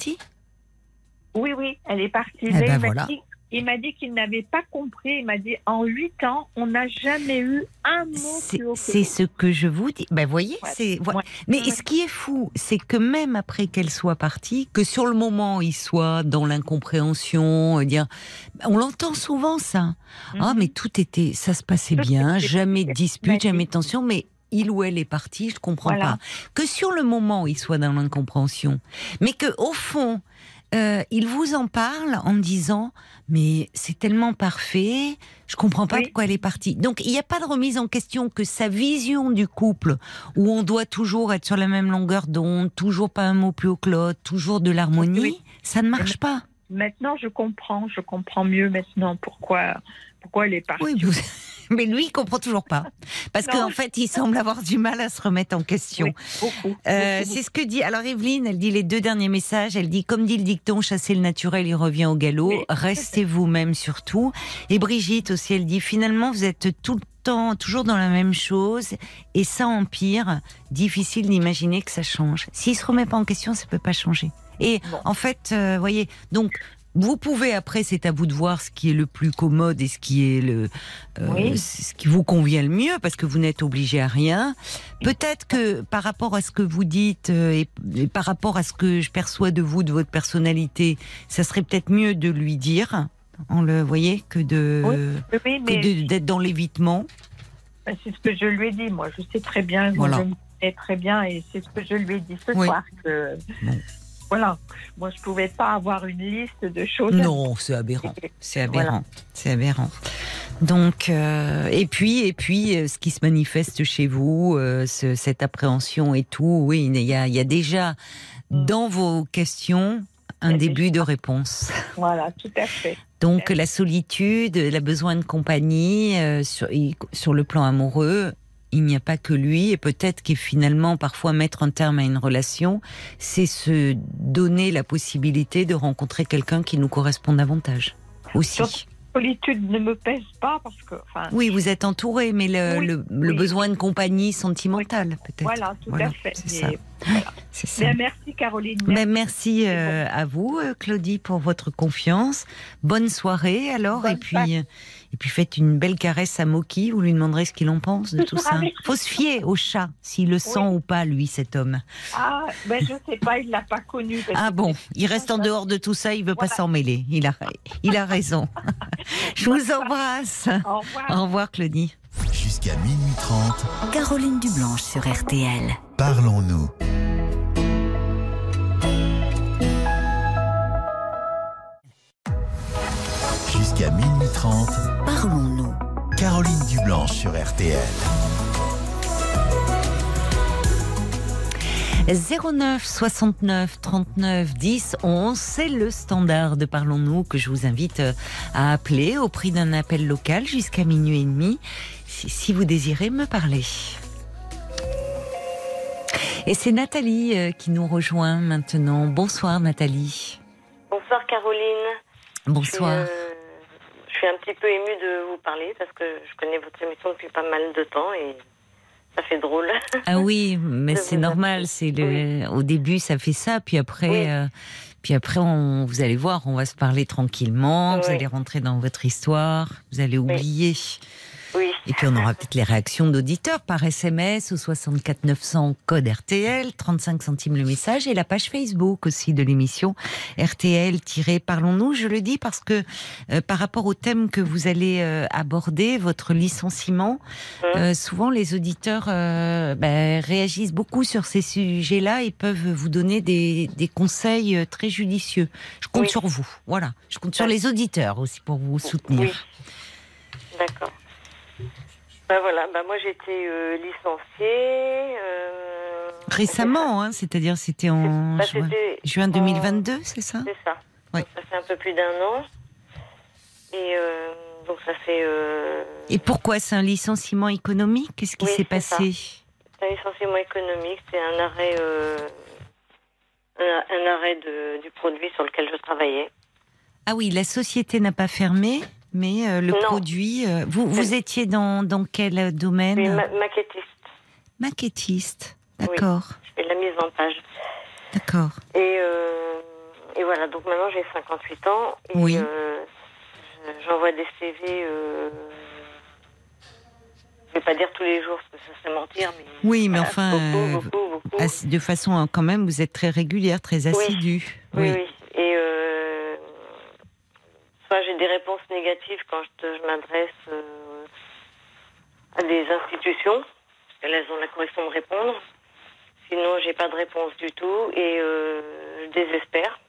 Speaker 4: Oui, oui, elle est partie.
Speaker 3: Eh ben
Speaker 4: il, m'a
Speaker 3: voilà.
Speaker 4: dit, il m'a dit qu'il n'avait pas compris. Il m'a dit, en huit ans, on n'a jamais eu un mot
Speaker 3: c'est,
Speaker 4: plus haut que
Speaker 3: c'est
Speaker 4: l'autre.
Speaker 3: ce que je vous dis. Ben voyez,
Speaker 4: Ouais.
Speaker 3: c'est.
Speaker 4: Ouais.
Speaker 3: Mais
Speaker 4: Ouais.
Speaker 3: ce qui est fou, c'est que même après qu'elle soit partie, que sur le moment il soit dans l'incompréhension, euh, dire, on l'entend souvent ça.
Speaker 4: Mm-hmm.
Speaker 3: Ah mais tout était, ça se passait
Speaker 4: Tout
Speaker 3: bien,
Speaker 4: était-
Speaker 3: jamais de dispute,
Speaker 4: Mais-
Speaker 3: jamais de tension, mais il ou elle est parti, je comprends
Speaker 4: Voilà.
Speaker 3: pas. Que sur le moment il soit dans l'incompréhension, mais que au fond. Euh, il vous en parle en disant mais c'est tellement parfait, je comprends pas
Speaker 4: Oui.
Speaker 3: pourquoi elle est partie. Donc il n'y a pas de remise en question que sa vision du couple où on doit toujours être sur la même longueur d'onde, toujours pas un mot plus haut que l'autre, toujours de l'harmonie,
Speaker 4: Oui.
Speaker 3: ça ne marche pas.
Speaker 4: Maintenant, je comprends. Je comprends mieux maintenant pourquoi, pourquoi elle est partie.
Speaker 3: Oui, vous- mais lui il comprend toujours pas parce
Speaker 4: Non.
Speaker 3: qu'en fait il semble avoir du mal à se remettre en question.
Speaker 4: Oui, beaucoup.
Speaker 3: Euh,
Speaker 4: beaucoup,
Speaker 3: c'est ce que dit. Alors Evelyne, elle dit les deux derniers messages. Elle dit comme dit le dicton, chasser le naturel, il revient au galop.
Speaker 4: Oui.
Speaker 3: Restez vous-même surtout. Et Brigitte aussi, elle dit finalement vous êtes tout le temps toujours dans la même chose et ça empire. Difficile d'imaginer que ça change. S'il se remet pas en question, ça peut pas changer. Et
Speaker 4: Bon.
Speaker 3: en fait, euh, voyez, donc. Vous pouvez après, c'est à vous de voir ce qui est le plus commode et ce qui est le, euh,
Speaker 4: Oui.
Speaker 3: ce qui vous convient le mieux, parce que vous n'êtes obligé à rien. Peut-être que par rapport à ce que vous dites euh, et, et par rapport à ce que je perçois de vous, de votre personnalité, ça serait peut-être mieux de lui dire, en le voyez, que de
Speaker 4: Oui, Oui,
Speaker 3: que
Speaker 4: mais
Speaker 3: de- d'être dans l'évitement.
Speaker 4: c'est ce que je lui ai dit. Moi, je sais très bien,
Speaker 3: Voilà.
Speaker 4: je me connais très bien, et c'est ce que je lui ai dit ce
Speaker 3: Oui.
Speaker 4: soir. Que,
Speaker 3: Bon.
Speaker 4: Voilà, moi, je pouvais pas avoir une liste de choses. à
Speaker 3: Non, c'est aberrant. C'est aberrant.
Speaker 4: Voilà.
Speaker 3: C'est aberrant. Donc, euh, et puis, et puis, euh, ce qui se manifeste chez vous, euh, ce- cette appréhension et tout, oui, il y a, il y a déjà dans vos questions un
Speaker 4: Il y a
Speaker 3: début de réponse.
Speaker 4: Voilà, tout à fait.
Speaker 3: Donc, la solitude, le besoin de compagnie, euh, sur, y- sur le plan amoureux, il n'y a pas que lui, et peut-être que finalement, parfois, mettre un terme à une relation, c'est se donner la possibilité de rencontrer quelqu'un qui nous correspond davantage. Aussi.
Speaker 4: Surtout- Solitude ne me pèse pas parce que, enfin,
Speaker 3: Oui, vous êtes entouré, mais le,
Speaker 4: Oui,
Speaker 3: le, le
Speaker 4: oui.
Speaker 3: besoin de compagnie sentimentale, peut-être.
Speaker 4: voilà, tout
Speaker 3: Voilà,
Speaker 4: à fait.
Speaker 3: c'est
Speaker 4: Mais
Speaker 3: ça.
Speaker 4: voilà.
Speaker 3: C'est ça.
Speaker 4: Bien, merci Caroline.
Speaker 3: Mais merci euh, à vous, euh, Claudie, pour votre confiance. Bonne soirée, alors,
Speaker 4: Bonne
Speaker 3: et puis
Speaker 4: soirée.
Speaker 3: euh, et puis faites une belle caresse à Moki. Vous lui demanderez ce qu'il en pense de
Speaker 4: Ce
Speaker 3: tout
Speaker 4: sera
Speaker 3: ça.
Speaker 4: avec
Speaker 3: Faut se fier au chat, s'il le sent ou pas, lui, cet homme.
Speaker 4: Ah, ben je sais pas, il l'a pas connu. parce
Speaker 3: Ah
Speaker 4: que-
Speaker 3: bon, il reste en dehors de tout ça, il veut pas
Speaker 4: Voilà.
Speaker 3: s'en mêler. Il a, il a raison. Je vous embrasse.
Speaker 4: Au revoir.
Speaker 3: Au revoir, Claudie.
Speaker 1: Jusqu'à minuit trente,
Speaker 2: Caroline Dublanche sur R T L.
Speaker 1: parlons-nous. Jusqu'à minuit trente,
Speaker 2: Parlons-nous.
Speaker 1: Caroline Dublanche sur R T L.
Speaker 3: zéro neuf soixante-neuf trente-neuf dix onze, c'est le standard de Parlons-nous que je vous invite à appeler au prix d'un appel local jusqu'à minuit et demi si, si vous désirez me parler. Et c'est Nathalie euh, qui nous rejoint maintenant. Bonsoir Nathalie.
Speaker 6: Bonsoir Caroline.
Speaker 3: Bonsoir.
Speaker 6: Je suis, euh, je suis un petit peu émue de vous parler parce que je connais votre émission depuis pas mal de temps et ça fait drôle.
Speaker 3: Ah oui, mais
Speaker 6: Je
Speaker 3: c'est
Speaker 6: vous
Speaker 3: normal.
Speaker 6: appelle.
Speaker 3: C'est le. Au début, ça fait ça, puis après,
Speaker 6: Oui.
Speaker 3: euh, puis après, on, vous allez voir, on va se parler tranquillement. Vous
Speaker 6: Oui.
Speaker 3: allez rentrer dans votre histoire. Vous allez oublier.
Speaker 6: Oui.
Speaker 3: Et puis on aura peut-être les réactions d'auditeurs par S M S au soixante-quatre neuf cents code R T L, trente-cinq centimes le message, et la page Facebook aussi de l'émission R T L-Parlons-nous. Je le dis parce que euh, par rapport au thème que vous allez euh, aborder, votre licenciement,
Speaker 6: Mmh.
Speaker 3: euh, souvent les auditeurs euh, ben, réagissent beaucoup sur ces sujets-là et peuvent vous donner des, des conseils euh, très judicieux. Je compte
Speaker 6: Oui.
Speaker 3: sur vous, voilà. Je compte sur
Speaker 6: Ouais.
Speaker 3: les auditeurs aussi pour vous soutenir.
Speaker 6: Oui. D'accord. Bah voilà, bah moi j'ai été euh, licenciée. Euh,
Speaker 3: Récemment, hein, c'est-à-dire c'était en
Speaker 6: Bah,
Speaker 3: juin,
Speaker 6: c'était
Speaker 3: juin deux mille vingt-deux, c'est ça?
Speaker 6: C'est ça.
Speaker 3: Ouais.
Speaker 6: Donc, ça fait un peu plus d'un an. Et euh, donc ça fait... Euh,
Speaker 3: Et pourquoi? C'est un licenciement économique? Qu'est-ce qui
Speaker 6: Oui,
Speaker 3: s'est
Speaker 6: c'est ça.
Speaker 3: passé?
Speaker 6: c'est un licenciement économique, c'est un arrêt, euh, un, un arrêt de, du produit sur lequel je travaillais.
Speaker 3: Ah oui, la société n'a pas fermé, mais euh, le
Speaker 6: Non.
Speaker 3: produit... euh, vous, vous étiez dans, dans quel domaine?
Speaker 6: Je suis ma- maquettiste.
Speaker 3: Maquettiste, d'accord,
Speaker 6: Je fais de la mise en page.
Speaker 3: d'accord.
Speaker 6: Et, euh, et voilà, donc maintenant j'ai cinquante-huit ans. Et
Speaker 3: Oui.
Speaker 6: euh, je- j'envoie des C V... Euh, je vais pas dire tous les jours, parce que ça serait mentir, mais...
Speaker 3: Oui, mais
Speaker 6: voilà,
Speaker 3: enfin,
Speaker 6: beaucoup,
Speaker 3: euh,
Speaker 6: beaucoup, beaucoup.
Speaker 3: Ass- de façon hein, quand même, vous êtes très régulière, très assidue.
Speaker 6: Oui, oui. Et euh, soit j'ai des réponses négatives quand je, te- je m'adresse euh, à des institutions, parce qu'elles ont la correction de répondre. Sinon, j'ai pas de réponse du tout et euh, je désespère.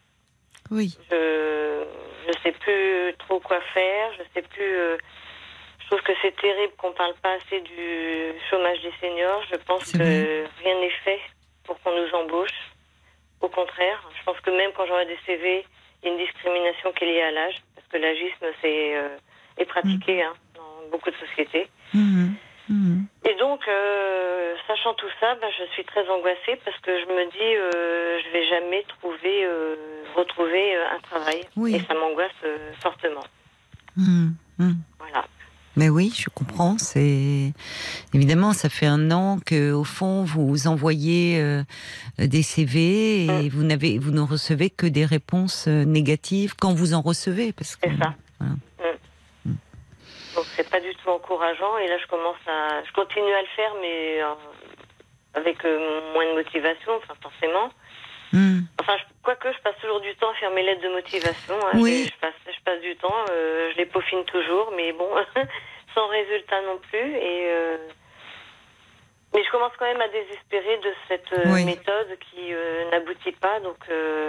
Speaker 3: Oui.
Speaker 6: Je je sais plus trop quoi faire. Je sais plus. euh, je trouve que c'est terrible qu'on parle pas assez du chômage des seniors. Je pense
Speaker 3: C'est
Speaker 6: que
Speaker 3: vrai.
Speaker 6: rien n'est fait pour qu'on nous embauche. Au contraire, je pense que même quand j'envoie des C V, il y a une discrimination qui est liée à l'âge, parce que l'agisme c'est euh, est pratiqué hein, dans beaucoup de sociétés.
Speaker 3: Mhm, mhm.
Speaker 6: Et donc, euh, sachant tout ça, bah, je suis très angoissée parce que je me dis, euh, je vais jamais trouver, euh, retrouver euh, un travail.
Speaker 3: Oui.
Speaker 6: Et ça m'angoisse euh, fortement.
Speaker 3: Mhm, mhm.
Speaker 6: Voilà.
Speaker 3: Mais oui, je comprends. C'est évidemment, ça fait un an que, au fond, vous envoyez euh, des C V et
Speaker 6: Mm.
Speaker 3: vous n'avez, vous ne recevez que des réponses euh, négatives quand vous en recevez, parce que
Speaker 6: C'est ça.
Speaker 3: voilà.
Speaker 6: Mm. Donc, c'est pas du tout encourageant. Et là, je commence à, je continue à le faire, mais euh, avec euh, moins de motivation, enfin forcément.
Speaker 3: Mhm.
Speaker 6: Enfin, je, quoique je passe toujours du temps à faire mes lettres de motivation. Hein,
Speaker 3: Oui.
Speaker 6: je, je passe, je passe du temps, euh, je les peaufine toujours, mais bon, sans résultat non plus. Et euh, mais je commence quand même à désespérer de cette euh,
Speaker 3: Oui.
Speaker 6: méthode qui euh, n'aboutit pas. Donc, euh,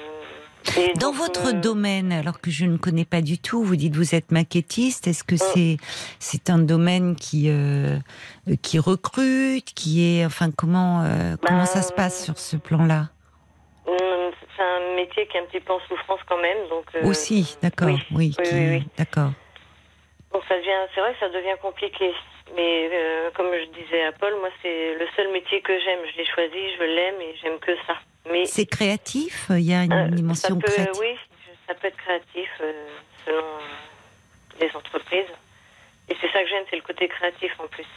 Speaker 6: et
Speaker 3: Dans
Speaker 6: donc,
Speaker 3: votre
Speaker 6: euh,
Speaker 3: domaine, alors que je ne connais pas du tout, vous dites vous êtes maquettiste. Est-ce que c'est c'est un domaine qui euh, qui recrute, qui est enfin comment euh, comment ça se passe sur ce plan-là?
Speaker 6: hum, c'est un métier qui est un petit peu en souffrance quand même. Donc euh,
Speaker 3: Aussi, d'accord, oui,
Speaker 6: oui, oui,
Speaker 3: qui-
Speaker 6: oui, oui.
Speaker 3: d'accord.
Speaker 6: Donc ça devient, c'est vrai que ça devient compliqué. Mais euh, comme je disais à Paul, moi c'est le seul métier que j'aime. Je l'ai choisi, je l'aime et j'aime que ça. Mais
Speaker 3: C'est créatif, il y a une
Speaker 6: euh,
Speaker 3: dimension
Speaker 6: ça peut,
Speaker 3: créative.
Speaker 6: oui, ça peut être créatif euh, selon euh, les entreprises. Et c'est ça que j'aime, c'est le côté créatif en plus.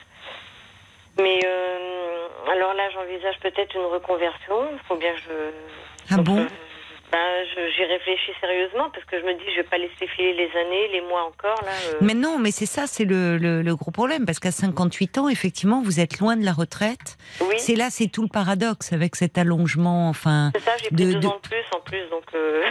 Speaker 6: Mais euh, alors là, j'envisage peut-être une reconversion. Il faut bien que je.
Speaker 3: Ah
Speaker 6: donc,
Speaker 3: bon
Speaker 6: euh, ben, je- j'y réfléchis sérieusement parce que je me dis, je vais pas laisser filer les années, les mois encore là. euh.
Speaker 3: Mais non, mais c'est ça, c'est le, le, le gros problème, parce qu'à cinquante-huit ans, effectivement, vous êtes loin de la retraite.
Speaker 6: Oui.
Speaker 3: C'est là, c'est tout le paradoxe avec cet allongement, enfin...
Speaker 6: C'est ça, j'ai pris
Speaker 3: de-
Speaker 6: deux
Speaker 3: de-
Speaker 6: ans de plus en plus, donc. Euh...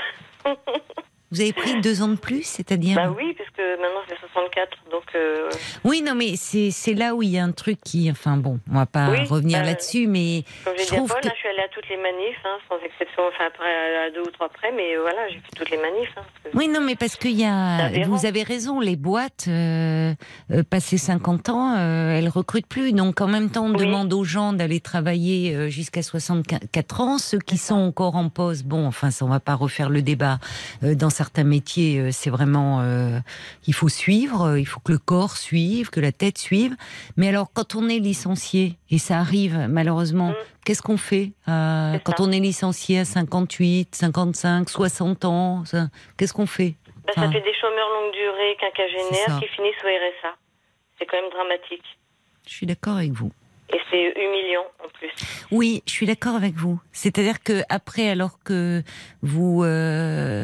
Speaker 3: Vous avez pris deux ans de plus, c'est-à-dire...
Speaker 6: bah oui, parce que maintenant j'ai soixante-quatre, donc. Euh...
Speaker 3: Oui, non, mais c'est c'est là où il y a un truc qui... Enfin bon, on va pas
Speaker 6: Oui,
Speaker 3: revenir
Speaker 6: euh,
Speaker 3: là-dessus, mais
Speaker 6: Comme j'ai
Speaker 3: je
Speaker 6: dit à
Speaker 3: trouve
Speaker 6: Paul,
Speaker 3: que...
Speaker 6: là, je suis allée à toutes les manifs, hein, sans exception, enfin après à deux ou trois près, mais euh, voilà, j'ai fait toutes les manifs. Hein, parce que-
Speaker 3: Oui, non, mais parce qu'il y
Speaker 6: C'est
Speaker 3: a...
Speaker 6: aberrant.
Speaker 3: Vous avez raison, les boîtes, euh, euh, passé cinquante ans, euh, elles recrutent plus. Donc en même temps, on
Speaker 6: Oui.
Speaker 3: demande aux gens d'aller travailler euh, jusqu'à soixante-quatre ans. Ceux qui sont encore en poste, bon, enfin, ça, on va pas refaire le débat. Euh, dans certains métiers, euh, c'est vraiment... euh, il faut suivre, euh, il faut que le corps suive, que la tête suive. Mais alors, quand on est licencié, et ça arrive malheureusement,
Speaker 6: Mm.
Speaker 3: qu'est-ce qu'on fait euh,
Speaker 6: C'est
Speaker 3: quand
Speaker 6: ça.
Speaker 3: on est licencié à cinquante-huit, cinquante-cinq, soixante ans ça, qu'est-ce qu'on fait?
Speaker 6: Bah,
Speaker 3: Enfin,
Speaker 6: ça fait des chômeurs longue durée,
Speaker 3: C'est ça.
Speaker 6: quinquagénaires qui finissent au R S A. C'est quand même dramatique.
Speaker 3: Je suis d'accord avec vous.
Speaker 6: Et c'est humiliant en plus.
Speaker 3: Oui, je suis d'accord avec vous. C'est-à-dire que après, alors que vous, euh,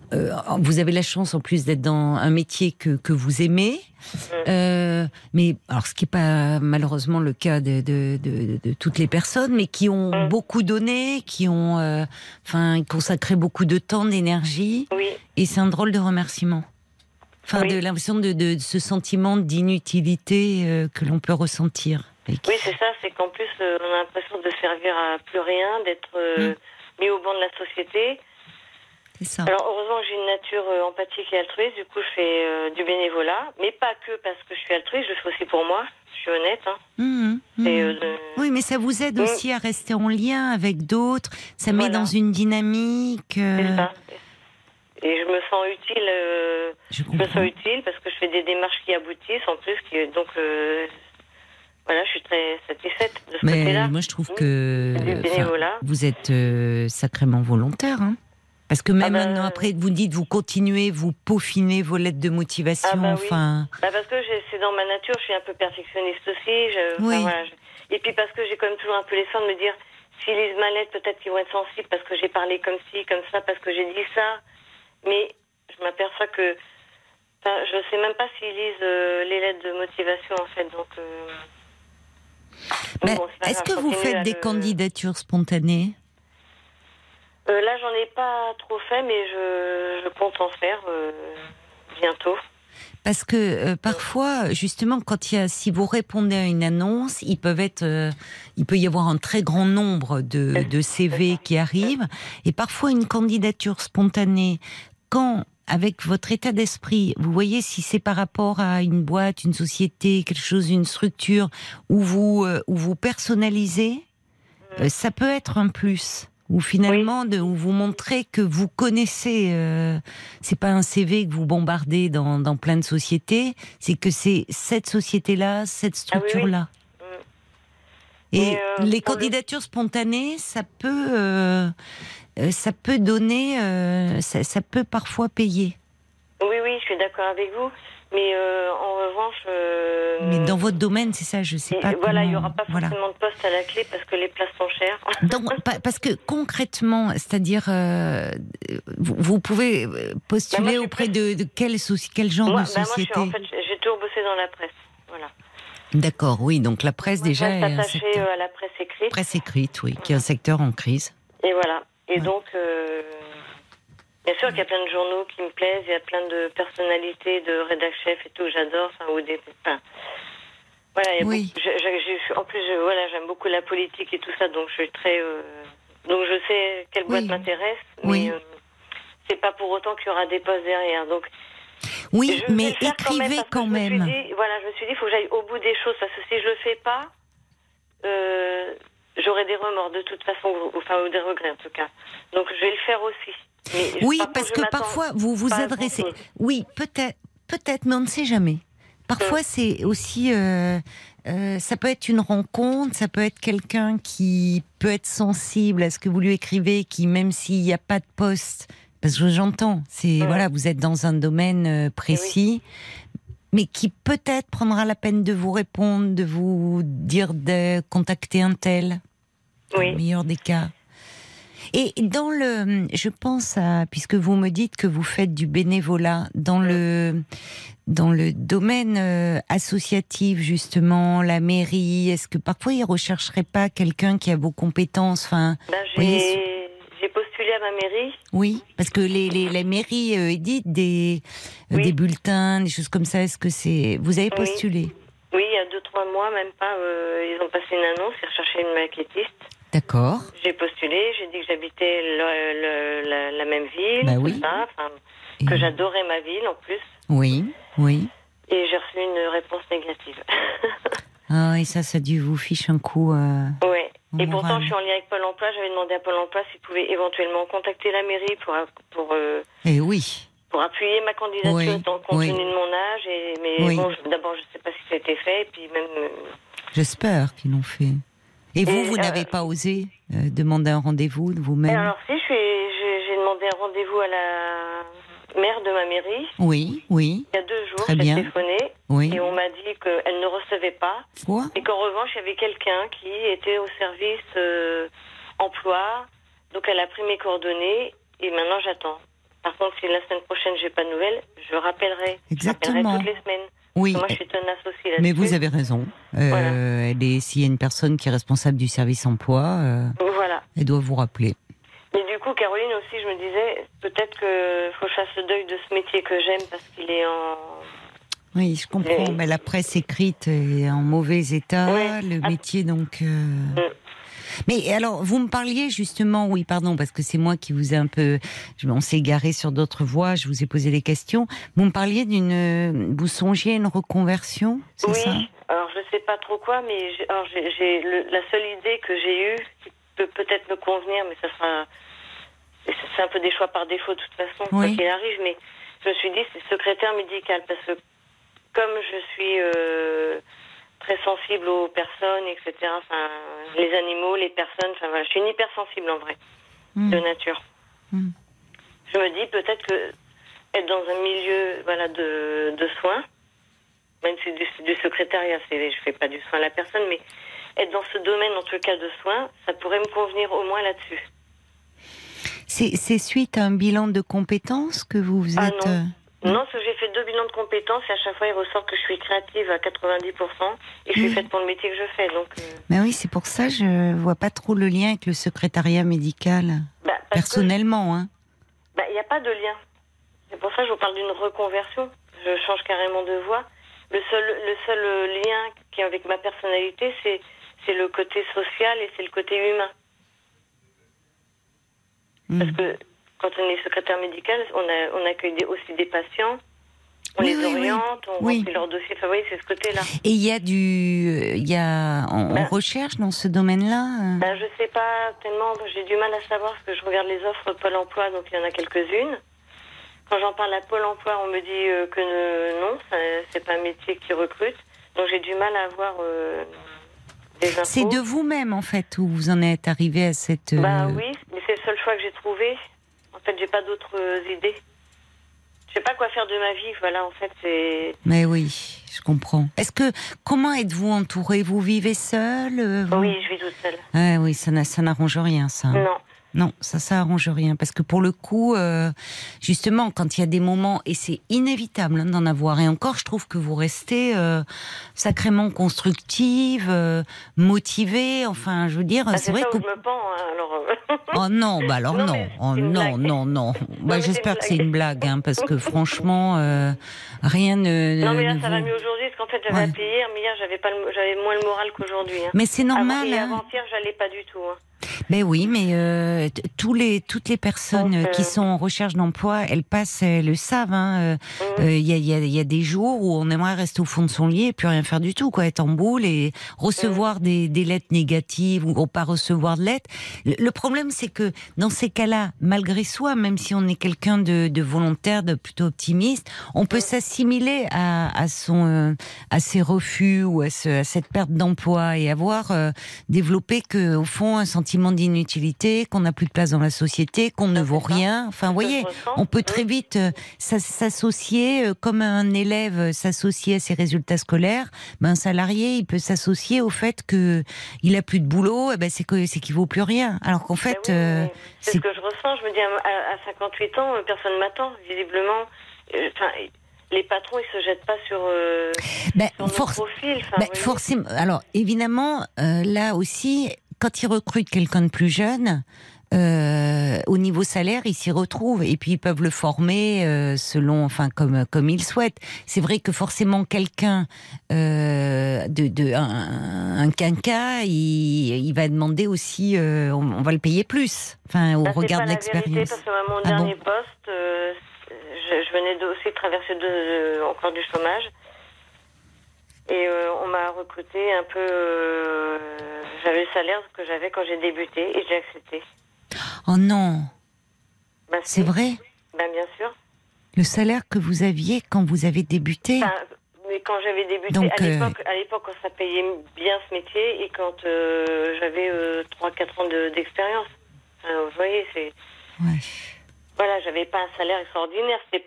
Speaker 3: euh, vous avez la chance en plus d'être dans un métier que, que vous aimez. Euh, mais alors, ce qui n'est pas malheureusement le cas de, de, de, de toutes les personnes, mais qui ont
Speaker 6: Mm.
Speaker 3: beaucoup donné, qui ont, euh, enfin, consacré beaucoup de temps, d'énergie.
Speaker 6: Oui.
Speaker 3: Et c'est un drôle de remerciement. Enfin,
Speaker 6: Oui.
Speaker 3: de l'impression de, de, de ce sentiment d'inutilité euh, que l'on peut ressentir. Et qui-
Speaker 6: Oui, c'est ça, c'est qu'en plus, euh, on a l'impression de servir à plus rien, d'être euh,
Speaker 3: Mm.
Speaker 6: mis au banc de la société.
Speaker 3: C'est ça.
Speaker 6: Alors, heureusement que j'ai une nature euh, empathique et altruiste, du coup, je fais euh, du bénévolat, mais pas que parce que je suis altruiste, je le fais aussi pour moi, je suis honnête. Hein.
Speaker 3: Mmh, mmh.
Speaker 6: Et, euh, de-
Speaker 3: Oui, mais ça vous aide
Speaker 6: Mm.
Speaker 3: aussi à rester en lien avec d'autres. Ça met
Speaker 6: Voilà.
Speaker 3: dans une dynamique. euh,
Speaker 6: C'est ça. Et je me sens utile, euh,
Speaker 3: Je
Speaker 6: je me
Speaker 3: comprends.
Speaker 6: sens utile parce que je fais des démarches qui aboutissent en plus, qui, donc euh, voilà, je suis très satisfaite de ce
Speaker 3: Mais
Speaker 6: côté-là.
Speaker 3: moi, je trouve
Speaker 6: Mm.
Speaker 3: que
Speaker 6: Du
Speaker 3: enfin,
Speaker 6: bénévolat.
Speaker 3: vous êtes euh, sacrément volontaire. Hein, parce que même
Speaker 6: Ah ben,
Speaker 3: maintenant, après, vous dites, vous continuez, vous peaufinez vos lettres de motivation.
Speaker 6: Ah bah oui.
Speaker 3: Enfin,
Speaker 6: Bah parce que j'ai- c'est dans ma nature, je suis un peu perfectionniste aussi. Je, enfin,
Speaker 3: Oui.
Speaker 6: voilà, je- et puis parce que j'ai quand même toujours un peu l'espoir de me dire, s'ils lisent ma lettre, peut-être qu'ils vont être sensibles parce que j'ai parlé comme ci, comme ça, parce que j'ai dit ça. Mais je m'aperçois que, enfin, je sais même pas s'ils lisent euh, les lettres de motivation en fait. Donc, euh... donc
Speaker 3: mais
Speaker 6: bon, c'est pas
Speaker 3: est-ce
Speaker 6: grave,
Speaker 3: que
Speaker 6: je
Speaker 3: vous
Speaker 6: continue
Speaker 3: faites
Speaker 6: à
Speaker 3: des
Speaker 6: le-
Speaker 3: candidatures spontanées?
Speaker 6: Euh, Là, j'en ai pas trop fait, mais je, je compte en faire euh, bientôt.
Speaker 3: Parce que euh, parfois, justement, quand il y a, si vous répondez à une annonce, ils peuvent être, euh, il peut y avoir un très grand nombre de, de C V qui arrivent, et parfois une candidature spontanée, quand avec votre état d'esprit, vous voyez si c'est par rapport à une boîte, une société, quelque chose, une structure où vous euh, où vous personnalisez, euh, ça peut être un plus. Ou finalement, de, où vous montrez que vous connaissez. Euh, c'est pas un C V que vous bombardez dans, dans plein de sociétés. C'est que c'est cette société-là, cette structure-là.
Speaker 6: Ah oui,
Speaker 3: Et
Speaker 6: Mais, euh,
Speaker 3: les
Speaker 6: pour le-
Speaker 3: candidatures spontanées, ça peut, euh, euh, ça peut donner, euh, ça, ça peut parfois payer.
Speaker 6: Oui, oui, je suis d'accord avec vous. Mais euh, en revanche... euh,
Speaker 3: Mais dans votre domaine, c'est ça, je sais
Speaker 6: et-
Speaker 3: pas.
Speaker 6: Voilà, il
Speaker 3: comment-
Speaker 6: n'y aura pas
Speaker 3: voilà.
Speaker 6: forcément de poste à la clé parce que les places sont chères.
Speaker 3: Donc, pa- parce que concrètement, c'est-à-dire, euh, vous, vous pouvez postuler
Speaker 6: Bah, moi, je suis
Speaker 3: auprès
Speaker 6: plus-
Speaker 3: de, de quel, soci- quel genre
Speaker 6: moi,
Speaker 3: de
Speaker 6: bah, moi, je suis,
Speaker 3: société
Speaker 6: en fait, j'ai toujours bossé dans la presse. Voilà.
Speaker 3: D'accord, oui, donc la presse
Speaker 6: Moi,
Speaker 3: déjà
Speaker 6: je
Speaker 3: est
Speaker 6: reste
Speaker 3: un
Speaker 6: attachée
Speaker 3: secteur.
Speaker 6: euh, à la presse écrite.
Speaker 3: Presse écrite, oui, qui est un secteur en crise.
Speaker 6: Et voilà. Et
Speaker 3: Ouais.
Speaker 6: donc, euh, bien sûr qu'il y a plein de journaux qui me plaisent, il y a plein de personnalités, de rédac-chefs et tout, j'adore. Enfin, ou des, enfin, voilà, il y a
Speaker 3: Oui.
Speaker 6: beaucoup- je- je- je- en plus, je- voilà, j'aime beaucoup la politique et tout ça, donc je suis très. euh, donc je sais quelle boîte
Speaker 3: Oui.
Speaker 6: m'intéresse, mais
Speaker 3: Oui.
Speaker 6: euh, c'est pas pour autant qu'il y aura des postes derrière. Donc,
Speaker 3: Oui,
Speaker 6: je vais
Speaker 3: mais
Speaker 6: le faire
Speaker 3: écrivez
Speaker 6: parce que
Speaker 3: quand
Speaker 6: je me suis
Speaker 3: même.
Speaker 6: dit- voilà, je me suis dit, il faut que j'aille au bout des choses, parce que si je le fais pas, euh, j'aurai des remords de toute façon, ou- enfin, ou des regrets en tout cas. Donc je vais le faire aussi. Mais je-
Speaker 3: Oui,
Speaker 6: par contre,
Speaker 3: parce
Speaker 6: je
Speaker 3: que
Speaker 6: m'attends
Speaker 3: parfois vous vous
Speaker 6: pas à
Speaker 3: adressez.
Speaker 6: grand-chose.
Speaker 3: Oui, peut-être, peut-être, mais on ne sait jamais. Parfois, c'est aussi, euh, euh, ça peut être une rencontre, ça peut être quelqu'un qui peut être sensible à ce que vous lui écrivez, qui même s'il n'y a pas de poste, parce que j'entends, c'est
Speaker 6: Ouais.
Speaker 3: voilà, vous êtes dans un domaine euh, précis, mais qui peut-être prendra la peine de vous répondre, de vous dire de contacter un tel, dans le
Speaker 6: Oui.
Speaker 3: meilleur des cas. Et dans le, je pense à, puisque vous me dites que vous faites du bénévolat dans le, dans le domaine euh, associatif justement, la mairie, est-ce que parfois ils rechercheraient pas quelqu'un qui a vos compétences, enfin,
Speaker 6: Ben,
Speaker 3: voyez,
Speaker 6: j'ai j'ai postulé à ma mairie.
Speaker 3: oui, parce que les les, les mairies euh, éditent des euh,
Speaker 6: Oui.
Speaker 3: des bulletins, des choses comme ça. Est-ce que c'est, vous avez
Speaker 6: Oui.
Speaker 3: postulé?
Speaker 6: Oui, il y a deux, trois mois, même pas, euh, ils ont passé une annonce, ils recherchaient une maquettiste.
Speaker 3: D'accord.
Speaker 6: J'ai postulé, j'ai dit que j'habitais le- le- la, la même ville,
Speaker 3: Bah
Speaker 6: tout
Speaker 3: oui.
Speaker 6: ça, enfin,
Speaker 3: Et-
Speaker 6: que j'adorais ma ville en plus,
Speaker 3: Oui, oui.
Speaker 6: et j'ai reçu une réponse négative.
Speaker 3: Ah, et ça, ça a dû vous fiche un coup. Euh...
Speaker 6: Ouais. Et
Speaker 3: Moral.
Speaker 6: pourtant, je suis en lien avec Pôle emploi. J'avais demandé à Pôle emploi s'il pouvait éventuellement contacter la mairie pour, pour, euh,
Speaker 3: Eh oui.
Speaker 6: pour appuyer ma candidature,
Speaker 3: Oui,
Speaker 6: étant compte
Speaker 3: oui.
Speaker 6: tenu de mon âge. Et, mais
Speaker 3: Oui.
Speaker 6: bon, je- d'abord, je ne sais pas si ça a été fait. Et puis même. euh,
Speaker 3: J'espère qu'ils l'ont fait. Et vous,
Speaker 6: Et,
Speaker 3: vous
Speaker 6: euh,
Speaker 3: n'avez pas osé euh, demander un rendez-vous de
Speaker 6: et
Speaker 3: vous-même?
Speaker 6: alors, si, je suis- j'ai j'ai demandé un rendez-vous à la maire de ma mairie.
Speaker 3: Oui, oui,
Speaker 6: Il y a deux jours,
Speaker 3: Très
Speaker 6: j'ai
Speaker 3: bien.
Speaker 6: téléphoné.
Speaker 3: oui.
Speaker 6: Et on m'a dit qu'elle ne recevait pas.
Speaker 3: Quoi?
Speaker 6: Et qu'en revanche, il y avait quelqu'un qui était au service euh, emploi. Donc, elle a pris mes coordonnées. Et maintenant, j'attends. Par contre, si la semaine prochaine, j'ai pas de nouvelles, je rappellerai.
Speaker 3: Exactement.
Speaker 6: Je rappellerai toutes les semaines.
Speaker 3: Oui.
Speaker 6: Moi, je suis tenace aussi là-dessus.
Speaker 3: Mais vous avez raison. Euh,
Speaker 6: Voilà.
Speaker 3: elle est, s'il y a une personne qui est responsable du service emploi, euh,
Speaker 6: Voilà.
Speaker 3: elle doit vous rappeler.
Speaker 6: Mais du coup, Caroline aussi, je me disais, peut-être que faut que je fasse le deuil de ce métier que j'aime parce qu'il est en...
Speaker 3: Oui, je comprends.
Speaker 6: Oui.
Speaker 3: Mais la presse écrite est en mauvais état.
Speaker 6: Oui.
Speaker 3: Le
Speaker 6: Ah.
Speaker 3: métier, donc. euh,
Speaker 6: Mm.
Speaker 3: Mais alors, vous me parliez justement, oui, pardon, parce que c'est moi qui vous ai un peu, je- on s'est égaré sur d'autres voies. Je vous ai posé des questions. Vous me parliez d'une, vous songiez à une reconversion, c'est
Speaker 6: Oui,
Speaker 3: ça?
Speaker 6: alors je sais pas trop quoi, mais j'ai, alors j'ai, j'ai le- la seule idée que j'ai eue, qui peut peut-être me convenir, mais ça sera... C'est un peu des choix par défaut de toute façon,
Speaker 3: Oui.
Speaker 6: quoi qu'il arrive, mais je me suis dit, c'est secrétaire médical, parce que comme je suis euh, très sensible aux personnes, et cetera, enfin, les animaux, les personnes, enfin voilà, je suis une hypersensible en vrai,
Speaker 3: Mm.
Speaker 6: de nature.
Speaker 3: Mm.
Speaker 6: Je me dis peut-être que être dans un milieu voilà, de, de soins, même si du, du secrétariat, c'est, je fais pas du soin à la personne, mais être dans ce domaine, en tout cas de soins, ça pourrait me convenir au moins là-dessus.
Speaker 3: C'est, c'est suite à un bilan de compétences que vous vous
Speaker 6: Ah
Speaker 3: êtes.
Speaker 6: non.
Speaker 3: euh,
Speaker 6: Non, parce que j'ai fait deux bilans de compétences et à chaque fois, il ressort que je suis créative à quatre-vingt-dix pour cent et je suis
Speaker 3: Mm.
Speaker 6: faite pour le métier que je fais. Donc, euh,
Speaker 3: Mais oui, c'est pour ça je vois pas trop le lien avec le secrétariat médical.
Speaker 6: bah, parce que-
Speaker 3: Personnellement, hein.
Speaker 6: bah, il n'y a pas de lien. C'est pour ça que je vous parle d'une reconversion. Je change carrément de voie. Le seul, le seul euh, lien qui est avec ma personnalité, c'est, c'est le côté social et c'est le côté humain.
Speaker 3: Mm.
Speaker 6: Parce que quand on est secrétaire médical, on, a, on accueille des- aussi des patients, on
Speaker 3: Oui,
Speaker 6: les
Speaker 3: oui, oui.
Speaker 6: oriente, on
Speaker 3: Oui.
Speaker 6: remplit leurs dossiers. Enfin, vous voyez, c'est ce côté-là.
Speaker 3: Et il y a du, il y a, on, on
Speaker 6: Ben.
Speaker 3: recherche dans ce domaine-là. euh
Speaker 6: Ben, je sais pas tellement, j'ai du mal à savoir parce que je regarde les offres Pôle emploi, donc il y en a quelques-unes. Quand j'en parle à Pôle emploi, on me dit euh, que ne- non, ça, c'est pas un métier qui recrute. Donc j'ai du mal à avoir euh, des infos.
Speaker 3: C'est de vous-même en fait où vous en êtes arrivé à cette. euh,
Speaker 6: Bah oui, mais c'est le seul choix que j'ai trouvé. En fait, j'ai pas d'autres euh, idées. Je sais pas quoi faire de ma vie. Voilà, en fait, c'est.
Speaker 3: Mais oui, je comprends. Est-ce que comment êtes-vous entouré? Vous vivez seul euh, vous
Speaker 6: Oui, je vis toute seule.
Speaker 3: Ah oui, ça, n'a- ça n'arrange rien, ça.
Speaker 6: Non.
Speaker 3: Non, ça, ça arrange rien. Parce que pour le coup, euh, justement, quand il y a des moments, et c'est inévitable hein, d'en avoir, et encore, je trouve que vous restez euh, sacrément constructive, euh, motivée, enfin, je veux dire,
Speaker 6: Ah,
Speaker 3: c'est
Speaker 6: c'est
Speaker 3: vrai
Speaker 6: ça
Speaker 3: que...
Speaker 6: où je me pends. Hein, alors. euh,
Speaker 3: Oh non, bah alors
Speaker 6: Non,
Speaker 3: non,
Speaker 6: mais
Speaker 3: oh
Speaker 6: c'est une
Speaker 3: non,
Speaker 6: blague.
Speaker 3: non, non. Bah,
Speaker 6: mais c'est
Speaker 3: j'espère
Speaker 6: une
Speaker 3: que c'est une blague, hein, parce que franchement, euh, rien ne...
Speaker 6: Non, mais là,
Speaker 3: ne
Speaker 6: ça va
Speaker 3: vous-
Speaker 6: mieux aujourd'hui parce qu'en fait, j'avais
Speaker 3: Ouais.
Speaker 6: appelé hier, mais hier, j'avais, pas le- j'avais moins le moral qu'aujourd'hui. Hein.
Speaker 3: Mais c'est normal,
Speaker 6: Avant, et
Speaker 3: hein.
Speaker 6: avant-hier, j'allais pas du tout. Hein.
Speaker 3: Ben oui, mais euh, t- tous les toutes les personnes
Speaker 6: Donc,
Speaker 3: euh, qui
Speaker 6: euh,
Speaker 3: sont en recherche d'emploi, elles passent, elles le savent. Hein.
Speaker 6: Mm.
Speaker 3: Euh, Il y, a, il y, a, il y a des jours où on aimerait rester au fond de son lit et plus rien faire du tout, quoi, être en boule et recevoir des, des lettres négatives ou pas recevoir de lettres. Le, le problème, c'est que dans ces cas-là, malgré soi, même si on est quelqu'un de, de volontaire, de plutôt optimiste, on peut s'assimiler à, à son euh, à ses refus ou à, ce, à cette perte d'emploi et avoir euh, développé que au fond un sentiment d'inutilité, qu'on n'a plus de place dans la société, qu'on ne
Speaker 6: Ça,
Speaker 3: vaut
Speaker 6: c'est ça.
Speaker 3: rien. Enfin, vous
Speaker 6: C'est ce
Speaker 3: voyez,
Speaker 6: que je ressens.
Speaker 3: on peut
Speaker 6: Mm.
Speaker 3: très vite euh, s'as- s'associer euh, comme un élève euh, s'associe à ses résultats scolaires. Ben, un salarié, il peut s'associer au fait que il a plus de boulot. Eh ben, c'est que c'est qu'il vaut plus rien. Alors qu'en fait,
Speaker 6: Ben oui,
Speaker 3: euh,
Speaker 6: mais c'est
Speaker 3: c'est-
Speaker 6: ce que je ressens. Je me dis, à, à cinquante-huit ans, euh, personne m'attend. Visiblement, euh, enfin, les patrons, ils se jettent pas sur, euh,
Speaker 3: ben,
Speaker 6: sur nos
Speaker 3: force-
Speaker 6: profils. Enfin,
Speaker 3: Ben,
Speaker 6: vous voyez.
Speaker 3: forcément. Alors, évidemment, euh, là aussi, quand ils recrutent quelqu'un de plus jeune, euh, au niveau salaire, ils s'y retrouvent et puis ils peuvent le former euh, selon, enfin, comme comme ils souhaitent. C'est vrai que forcément quelqu'un euh, de, de un, un quinca, il, il va demander aussi, euh, on, on va le payer plus, enfin, au
Speaker 6: Bah, c'est
Speaker 3: regard
Speaker 6: pas
Speaker 3: de
Speaker 6: la vérité,
Speaker 3: l'expérience.
Speaker 6: parce que à mon
Speaker 3: Ah
Speaker 6: dernier
Speaker 3: bon
Speaker 6: poste, euh, je, je venais de, aussi de traverser de, de- encore du chômage. Et euh, on m'a recruté un peu... euh, j'avais le salaire que j'avais quand j'ai débuté et j'ai accepté.
Speaker 3: Oh non,
Speaker 6: Bah,
Speaker 3: c'est
Speaker 6: si.
Speaker 3: vrai.
Speaker 6: Ben, bien sûr.
Speaker 3: Le salaire que vous aviez quand vous avez débuté.
Speaker 6: Enfin, mais quand j'avais débuté,
Speaker 3: Donc,
Speaker 6: à
Speaker 3: euh,
Speaker 6: l'époque, à l'époque, quand ça payait bien ce métier et quand euh, j'avais euh, trois quatre ans de- d'expérience. Enfin, vous voyez, c'est...
Speaker 3: Ouais.
Speaker 6: Voilà, j'avais pas un salaire extraordinaire. C'était pas, au-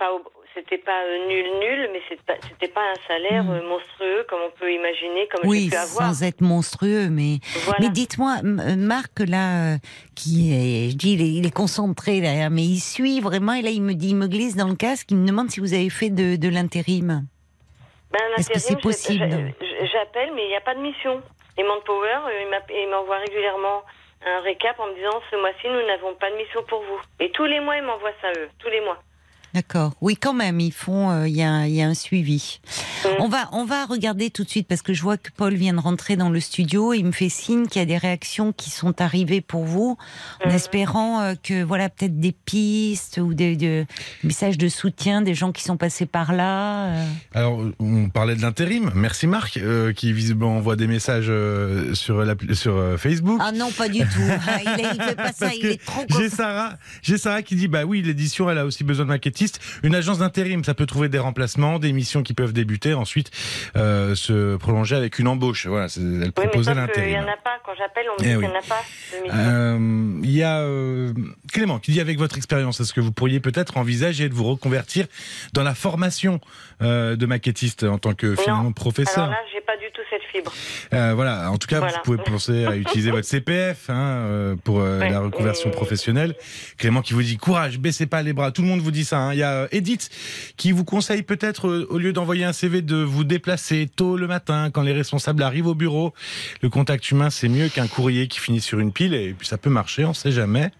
Speaker 6: c'était pas euh, nul, nul, mais c'était pas, c'était pas un salaire
Speaker 3: Mm.
Speaker 6: euh, monstrueux comme on peut imaginer, comme
Speaker 3: Oui,
Speaker 6: j'ai pu avoir.
Speaker 3: sans être monstrueux, mais
Speaker 6: Voilà.
Speaker 3: mais dites-moi, M- Marc là, euh, qui est, je dis, il est, il est concentré là, mais il suit vraiment. Et là, il me dit, il me glisse dans le casque, il me demande si vous avez fait de, de l'intérim.
Speaker 6: Ben,
Speaker 3: Est-ce que
Speaker 6: l'intérim,
Speaker 3: c'est possible?
Speaker 6: je- je- J'appelle, mais il n'y a pas de mission. Et Manpower, euh, il m'app- il m'envoie régulièrement un récap en me disant ce mois-ci, nous n'avons pas de mission pour vous. Et tous les mois, ils m'envoient ça, eux. Tous les mois.
Speaker 3: D'accord. Oui, quand même, ils font. euh, Il y, a, il y a un suivi.
Speaker 6: Mm.
Speaker 3: On va, on va regarder tout de suite parce que je vois que Paul vient de rentrer dans le studio. Il me fait signe qu'il y a des réactions qui sont arrivées pour vous, en
Speaker 6: Mhm.
Speaker 3: espérant euh, que voilà peut-être des pistes ou des, des messages de soutien, des gens qui sont passés par là. euh.
Speaker 5: Alors, on parlait de l'intérim. Merci Marc, euh, qui visiblement envoie des messages euh, sur, la, sur euh, Facebook.
Speaker 3: Ah non, pas du tout. Ah, il, est- il fait pas ça.
Speaker 5: Parce
Speaker 3: Il
Speaker 5: que
Speaker 3: est trop.
Speaker 5: J'ai Sarah, j'ai Sarah qui dit bah oui, l'édition elle a aussi besoin de maquettistes. Une agence d'intérim, ça peut trouver des remplacements, des missions qui peuvent débuter, ensuite euh, se prolonger avec une embauche. Voilà, c'est- elle
Speaker 6: Oui, mais
Speaker 5: proposait
Speaker 6: sauf qu'il n'y
Speaker 5: l'intérim.
Speaker 6: en a pas. Quand j'appelle, on me dit
Speaker 5: Eh
Speaker 6: qu'il
Speaker 5: oui.
Speaker 6: n'y en a pas de mission.
Speaker 5: Euh, Il y a euh, Clément qui dit avec votre expérience, est-ce que vous pourriez peut-être envisager de vous reconvertir dans la formation euh, de maquettiste en tant que finalement
Speaker 6: Non.
Speaker 5: professeur?
Speaker 6: Alors là, j'ai pas du tout cette fibre.
Speaker 5: Euh, voilà, en tout cas,
Speaker 6: Voilà.
Speaker 5: vous pouvez penser à utiliser votre C P F hein, euh, pour euh,
Speaker 6: Ouais.
Speaker 5: la reconversion
Speaker 6: Et-
Speaker 5: professionnelle. Clément qui vous dit courage, baissez pas les bras. Tout le monde vous dit ça. Hein. Il y a euh, Edith qui vous conseille peut-être, euh, au lieu d'envoyer un C V, de vous déplacer tôt le matin quand les responsables arrivent au bureau. Le contact humain, c'est mieux qu'un courrier qui finit sur une pile et puis ça peut marcher, on sait jamais.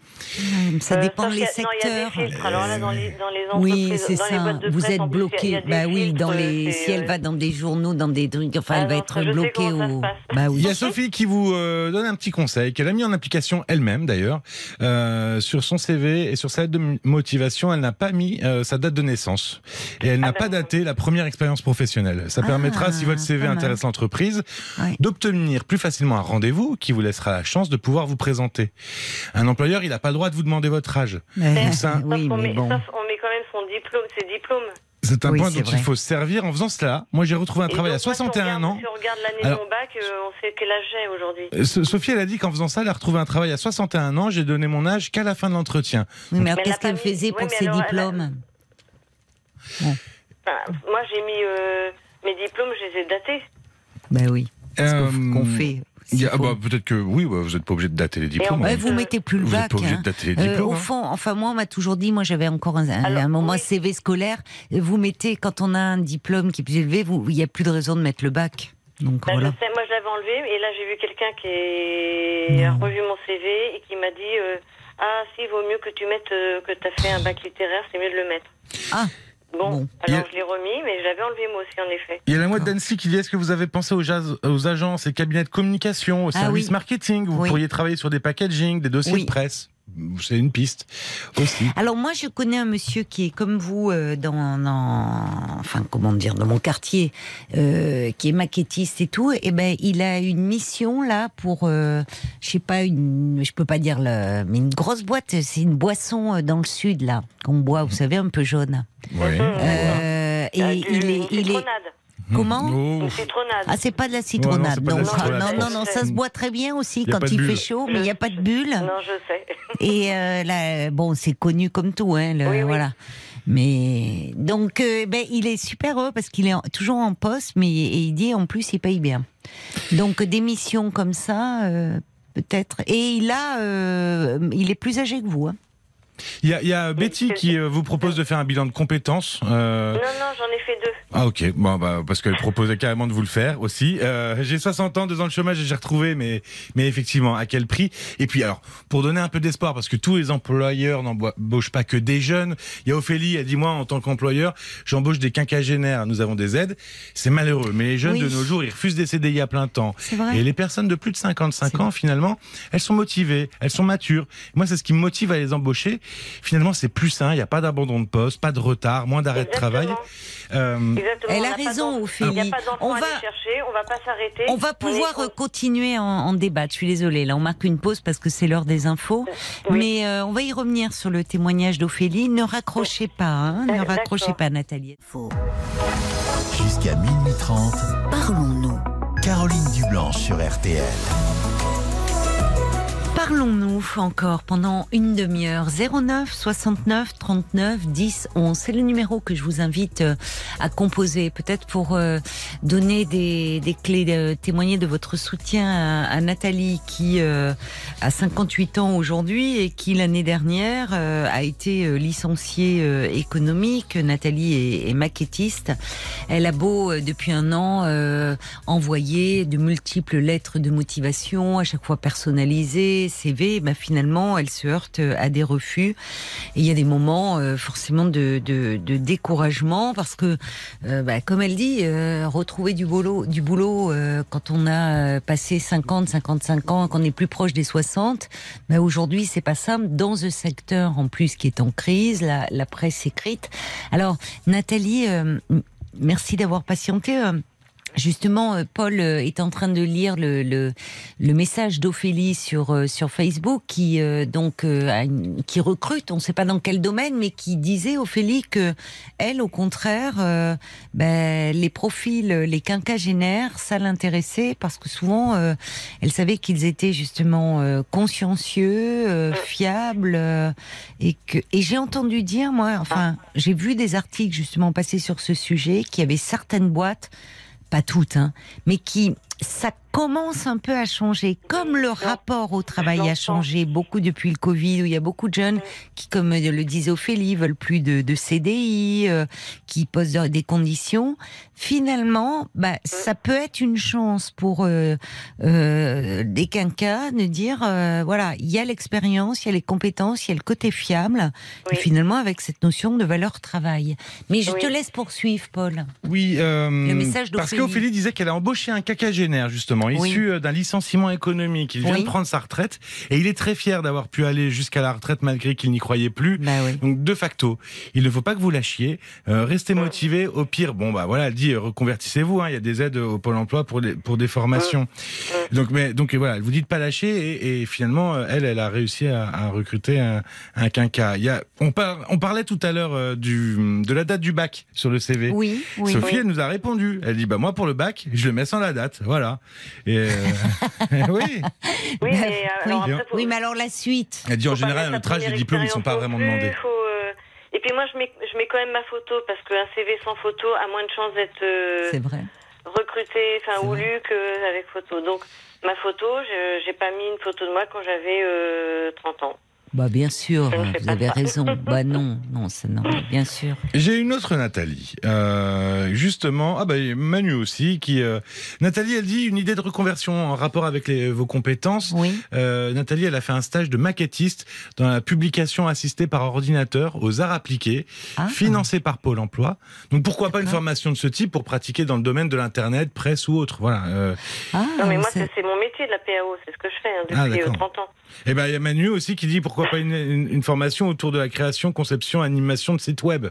Speaker 3: Ça
Speaker 6: Euh,
Speaker 3: dépend
Speaker 6: sauf
Speaker 3: les
Speaker 6: qu'il y a- non, il y a des
Speaker 3: secteurs.
Speaker 6: filtres. Alors là, dans les, dans les
Speaker 3: Oui,
Speaker 6: entreprises,
Speaker 3: c'est
Speaker 6: dans les
Speaker 3: ça.
Speaker 6: boîtes de
Speaker 3: Vous
Speaker 6: presse,
Speaker 3: êtes
Speaker 6: en plus, il y a- il y
Speaker 3: bloqué.
Speaker 6: a des
Speaker 3: Bah oui,
Speaker 6: filtres,
Speaker 3: dans les.
Speaker 6: c'est,
Speaker 3: Si elle
Speaker 6: euh,
Speaker 3: va dans des journaux, dans des trucs, enfin,
Speaker 6: Ah
Speaker 3: elle va
Speaker 6: non,
Speaker 3: être
Speaker 6: ça, je sais
Speaker 3: bloquée
Speaker 6: comment ça
Speaker 3: au.
Speaker 6: se passe.
Speaker 3: Bah
Speaker 5: Il
Speaker 3: oui.
Speaker 5: y a Sophie qui vous euh, donne un petit conseil, qu'elle a mis en application elle-même d'ailleurs, euh, sur son C V et sur sa lettre de motivation, elle n'a pas mis euh, sa date de naissance et elle n'a
Speaker 6: Ah ben
Speaker 5: pas
Speaker 6: oui.
Speaker 5: daté la première expérience professionnelle. Ça
Speaker 3: Ah,
Speaker 5: permettra, si votre C V
Speaker 3: pas mal.
Speaker 5: intéresse l'entreprise,
Speaker 3: Ouais.
Speaker 5: d'obtenir plus facilement un rendez-vous qui vous laissera la chance de pouvoir vous présenter. Un employeur, il n'a pas le droit de vous demander votre âge.
Speaker 3: Mais-
Speaker 5: ça-
Speaker 3: oui,
Speaker 6: Sauf qu'on
Speaker 3: mais
Speaker 6: met,
Speaker 3: bon.
Speaker 6: sauf on met quand même son diplôme, ses diplômes.
Speaker 5: C'est un
Speaker 3: Oui,
Speaker 5: point
Speaker 3: c'est
Speaker 5: dont
Speaker 3: vrai.
Speaker 5: il faut se servir en faisant cela. Moi, j'ai retrouvé un
Speaker 6: Et
Speaker 5: travail
Speaker 6: donc,
Speaker 5: à
Speaker 6: moi, si on
Speaker 5: soixante et un
Speaker 6: regarde-
Speaker 5: ans.
Speaker 6: Si on regarde l'année
Speaker 5: Alors-
Speaker 6: de mon bac, euh, on sait quel âge j'ai aujourd'hui.
Speaker 5: Euh, So- Sophie, elle a dit qu'en faisant ça, elle a retrouvé un travail à soixante et un ans. J'ai donné mon âge qu'à la fin de l'entretien.
Speaker 3: Oui, mais alors,
Speaker 6: Mais elle
Speaker 3: qu'est-ce
Speaker 6: a pas
Speaker 3: qu'elle
Speaker 6: mis-
Speaker 3: faisait
Speaker 6: oui,
Speaker 3: pour
Speaker 6: mais
Speaker 3: ses
Speaker 6: alors, elle a-
Speaker 3: diplômes
Speaker 6: Enfin, moi, j'ai mis euh, mes diplômes, je les ai datés.
Speaker 3: Ben oui. C'est ce
Speaker 5: Euh,
Speaker 3: qu'on qu'on fait.
Speaker 5: Il y a-
Speaker 3: s'il faut.
Speaker 5: bah, peut-être que oui, bah, vous n'êtes pas obligé de dater les diplômes.
Speaker 3: Ouais,
Speaker 5: hein.
Speaker 3: vous mettez plus le
Speaker 5: Vous n'êtes
Speaker 3: bac.
Speaker 5: pas obligé
Speaker 3: hein.
Speaker 5: de dater les
Speaker 3: Euh,
Speaker 5: diplômes.
Speaker 3: au
Speaker 5: hein.
Speaker 3: fond, enfin moi, on m'a toujours dit, moi j'avais encore un, un-
Speaker 6: Alors,
Speaker 3: un moment
Speaker 6: oui.
Speaker 3: C V scolaire. Vous mettez, quand on a un diplôme qui est plus élevé, vous- il n'y a plus de raison de mettre le bac. Donc
Speaker 6: Ben,
Speaker 3: voilà.
Speaker 6: je sais, moi, je l'avais enlevé, et là, j'ai vu quelqu'un qui a
Speaker 3: Non.
Speaker 6: revu mon C V et qui m'a dit euh, ah, si, il vaut mieux que tu mettes euh, que tu as fait un bac littéraire, c'est mieux de le mettre.
Speaker 3: Ah,
Speaker 6: Bon,
Speaker 3: Bon.
Speaker 6: alors
Speaker 5: Il y a-
Speaker 6: je l'ai remis, mais je l'avais enlevé moi aussi, en effet.
Speaker 5: Il y a la mouette d'Annecy qui dit est-ce que vous avez pensé aux, jazz- aux agences et cabinets de communication, aux
Speaker 3: Ah
Speaker 5: services
Speaker 3: oui.
Speaker 5: marketing? Vous
Speaker 3: Oui.
Speaker 5: pourriez travailler sur des packaging, des dossiers
Speaker 3: Oui.
Speaker 5: de presse. C'est une piste aussi.
Speaker 3: alors moi je connais un monsieur qui est comme vous euh, dans, dans, enfin comment dire, dans mon quartier, euh, qui est maquettiste et tout. Et ben il a une mission là pour, euh, je sais pas une, je peux pas dire le, mais une grosse boîte. C'est une boisson euh, dans le sud là qu'on boit, vous savez, un peu jaune.
Speaker 5: Oui.
Speaker 3: Euh, et
Speaker 6: Ah,
Speaker 3: il
Speaker 6: du-
Speaker 3: est,
Speaker 6: une
Speaker 3: il est,
Speaker 6: citronnade.
Speaker 3: comment
Speaker 5: Oh.
Speaker 6: Une citronnade.
Speaker 3: Ah, c'est pas de la
Speaker 5: Ouais,
Speaker 3: citronnade.
Speaker 5: non, c'est pas de la
Speaker 3: donc,
Speaker 5: citronnade,
Speaker 3: non,
Speaker 5: je
Speaker 3: non,
Speaker 6: pense.
Speaker 3: non, ça se boit très bien aussi
Speaker 5: Y a
Speaker 3: quand
Speaker 5: pas de
Speaker 3: il fait
Speaker 5: bulle.
Speaker 3: chaud, mais il n'y a pas de bulle.
Speaker 6: Non, je sais.
Speaker 3: Et euh, là, bon, c'est connu comme tout, hein, le-
Speaker 6: Oui, oui.
Speaker 3: voilà. Mais donc, euh, ben, il est super heureux parce qu'il est en- toujours en poste, mais et il dit en plus, il paye bien. Donc, des missions comme ça, euh, peut-être. Et il a, euh, il est plus âgé que vous. Hein.
Speaker 5: Il y a, il y a Betty qui euh, vous propose de faire un bilan de compétences. euh,
Speaker 6: Non, non, j'en ai fait deux.
Speaker 5: Ah ok, bon bah parce qu'elle proposait carrément de vous le faire aussi. Euh, j'ai soixante ans, deux ans de chômage et j'ai retrouvé, mais mais effectivement à quel prix? Et puis alors pour donner un peu d'espoir, parce que tous les employeurs n'embauchent pas que des jeunes. Il y a Ophélie, elle dit moi en tant qu'employeur, j'embauche des quinquagénaires. Nous avons des aides, c'est malheureux. Mais les jeunes
Speaker 3: Oui.
Speaker 5: de nos jours, ils refusent des C D I à plein temps.
Speaker 3: C'est vrai.
Speaker 5: Et les personnes de plus de cinquante-cinq
Speaker 3: C'est
Speaker 5: ans, finalement, elles sont motivées, elles sont matures. Moi, c'est ce qui me motive à les embaucher. Finalement, c'est plus sain. Il n'y a pas d'abandon de poste, pas de retard, moins d'arrêt de
Speaker 6: Exactement.
Speaker 5: travail. Euh,
Speaker 6: Exactement.
Speaker 3: Elle
Speaker 6: On
Speaker 3: a
Speaker 6: n'a pas
Speaker 3: raison,
Speaker 6: d'enfants-
Speaker 3: Ophélie.
Speaker 6: Il n'y a pas d'enfants
Speaker 3: On
Speaker 6: à
Speaker 3: va-
Speaker 6: aller chercher, on va pas s'arrêter.
Speaker 3: On va pouvoir
Speaker 6: est-
Speaker 3: euh, continuer en, en débattre. Je suis désolée, là, on marque une pause parce que c'est l'heure des infos.
Speaker 6: Oui.
Speaker 3: Mais euh, on va y revenir sur le témoignage d'Ophélie. Ne raccrochez pas, hein, ne
Speaker 6: D'accord.
Speaker 3: raccrochez pas, Nathalie.
Speaker 2: Faux.
Speaker 1: Jusqu'à minuit trente,
Speaker 2: Parlons-nous.
Speaker 1: Caroline Dublanche sur R T L.
Speaker 3: Parlons-nous encore pendant une demi-heure. zéro neuf soixante-neuf trente-neuf dix onze. C'est le numéro que je vous invite à composer, peut-être pour euh, donner des, des clés, de, témoigner de votre soutien à, à Nathalie qui euh, a cinquante-huit ans aujourd'hui et qui l'année dernière euh, a été licenciée euh, économique. Nathalie est, est maquettiste. Elle a beau euh, depuis un an euh, envoyer de multiples lettres de motivation, à chaque fois personnalisées, C V, bah finalement, elle se heurte à des refus. Et il y a des moments euh, forcément de, de, de découragement parce que, euh, bah, comme elle dit, euh, retrouver du boulot, du boulot euh, quand on a passé cinquante, cinquante-cinq ans, qu'on est plus proche des soixante, bah, aujourd'hui, c'est pas simple dans ce secteur en plus qui est en crise, la, la presse écrite. Alors, Nathalie, euh, merci d'avoir patienté. Euh, Justement, Paul est en train de lire le, le, le message d'Ophélie sur, sur Facebook qui, euh, donc, euh, a une, qui recrute, on ne sait pas dans quel domaine, mais qui disait, Ophélie, que elle, au contraire, euh, ben, les profils, les quinquagénaires, ça l'intéressait parce que souvent, euh, elle savait qu'ils étaient justement euh, consciencieux, euh, fiables, euh, et que, et j'ai entendu dire, moi, enfin, j'ai vu des articles justement passer sur ce sujet, qu'il y avait certaines boîtes, pas toutes, hein, mais qui, ça commence un peu à changer. Comme le rapport au travail a changé beaucoup depuis le Covid, où il y a beaucoup de jeunes qui, comme le disait Ophélie, veulent plus de, de C D I, euh, qui posent des conditions. Finalement, bah, ça peut être une chance pour euh, euh, des quinquas de dire, euh, voilà, il y a l'expérience, il y a les compétences, il y a le côté fiable, oui. Et finalement avec cette notion de valeur travail. Mais je oui. te laisse poursuivre, Paul.
Speaker 5: Oui, euh,
Speaker 3: le message
Speaker 5: parce qu'Ophélie disait qu'elle a embauché un quinquagénaire, justement, issu oui. d'un licenciement économique. Il vient oui. de prendre sa retraite et il est très fier d'avoir pu aller jusqu'à la retraite malgré qu'il n'y croyait plus.
Speaker 3: Bah oui.
Speaker 5: Donc, de facto, il ne faut pas que vous lâchiez. Euh, restez motivé. Au pire, bon, bah voilà, elle dit reconvertissez-vous. Hein, il y a des aides au Pôle emploi pour des, pour des formations. Donc, mais, donc voilà, elle vous dit de pas lâcher et, et finalement, elle, elle a réussi à, à recruter un, un quinquat. Il y a, on, par, on parlait tout à l'heure euh, du, de la date du bac sur le C V.
Speaker 3: Oui, oui.
Speaker 5: Sophie,
Speaker 3: oui.
Speaker 5: elle nous a répondu. Elle dit, bah moi, pour le bac, je le mets sans la date. Voilà. Et euh... oui.
Speaker 6: Oui, mais, alors
Speaker 3: oui.
Speaker 6: Après, faut...
Speaker 3: oui, mais alors la suite.
Speaker 5: Elle dit en général, à notre âge, les diplômes ne sont pas vraiment demandés.
Speaker 6: Faut, euh... Et puis moi, je mets, je mets quand même ma photo parce qu'un C V sans photo a moins de chances d'être euh,
Speaker 3: C'est vrai.
Speaker 6: recruté, enfin ou lu qu'avec photo. Donc ma photo, je j'ai pas mis une photo de moi quand j'avais euh, trente ans.
Speaker 3: Bah bien sûr, vous avez ça. raison. Bah non, non, ça non, bien sûr.
Speaker 5: J'ai une autre Nathalie, euh, justement. Ah bah Manu aussi, qui euh, Nathalie, elle dit une idée de reconversion en rapport avec les, vos compétences.
Speaker 3: Oui.
Speaker 5: Euh, Nathalie, elle a fait un stage de maquettiste dans la publication assistée par ordinateur aux arts appliqués, ah, financée ah. par Pôle Emploi. Donc pourquoi D'accord. pas une formation de ce type pour pratiquer dans le domaine de l'internet, presse ou autre. Voilà. Euh...
Speaker 6: Ah, non mais moi c'est... c'est mon métier de la P A O, c'est ce que je fais hein, depuis ah, trente ans.
Speaker 5: Et ben il y a Manu aussi qui dit pourquoi pas une, une, une formation autour de la création, conception, animation de sites web.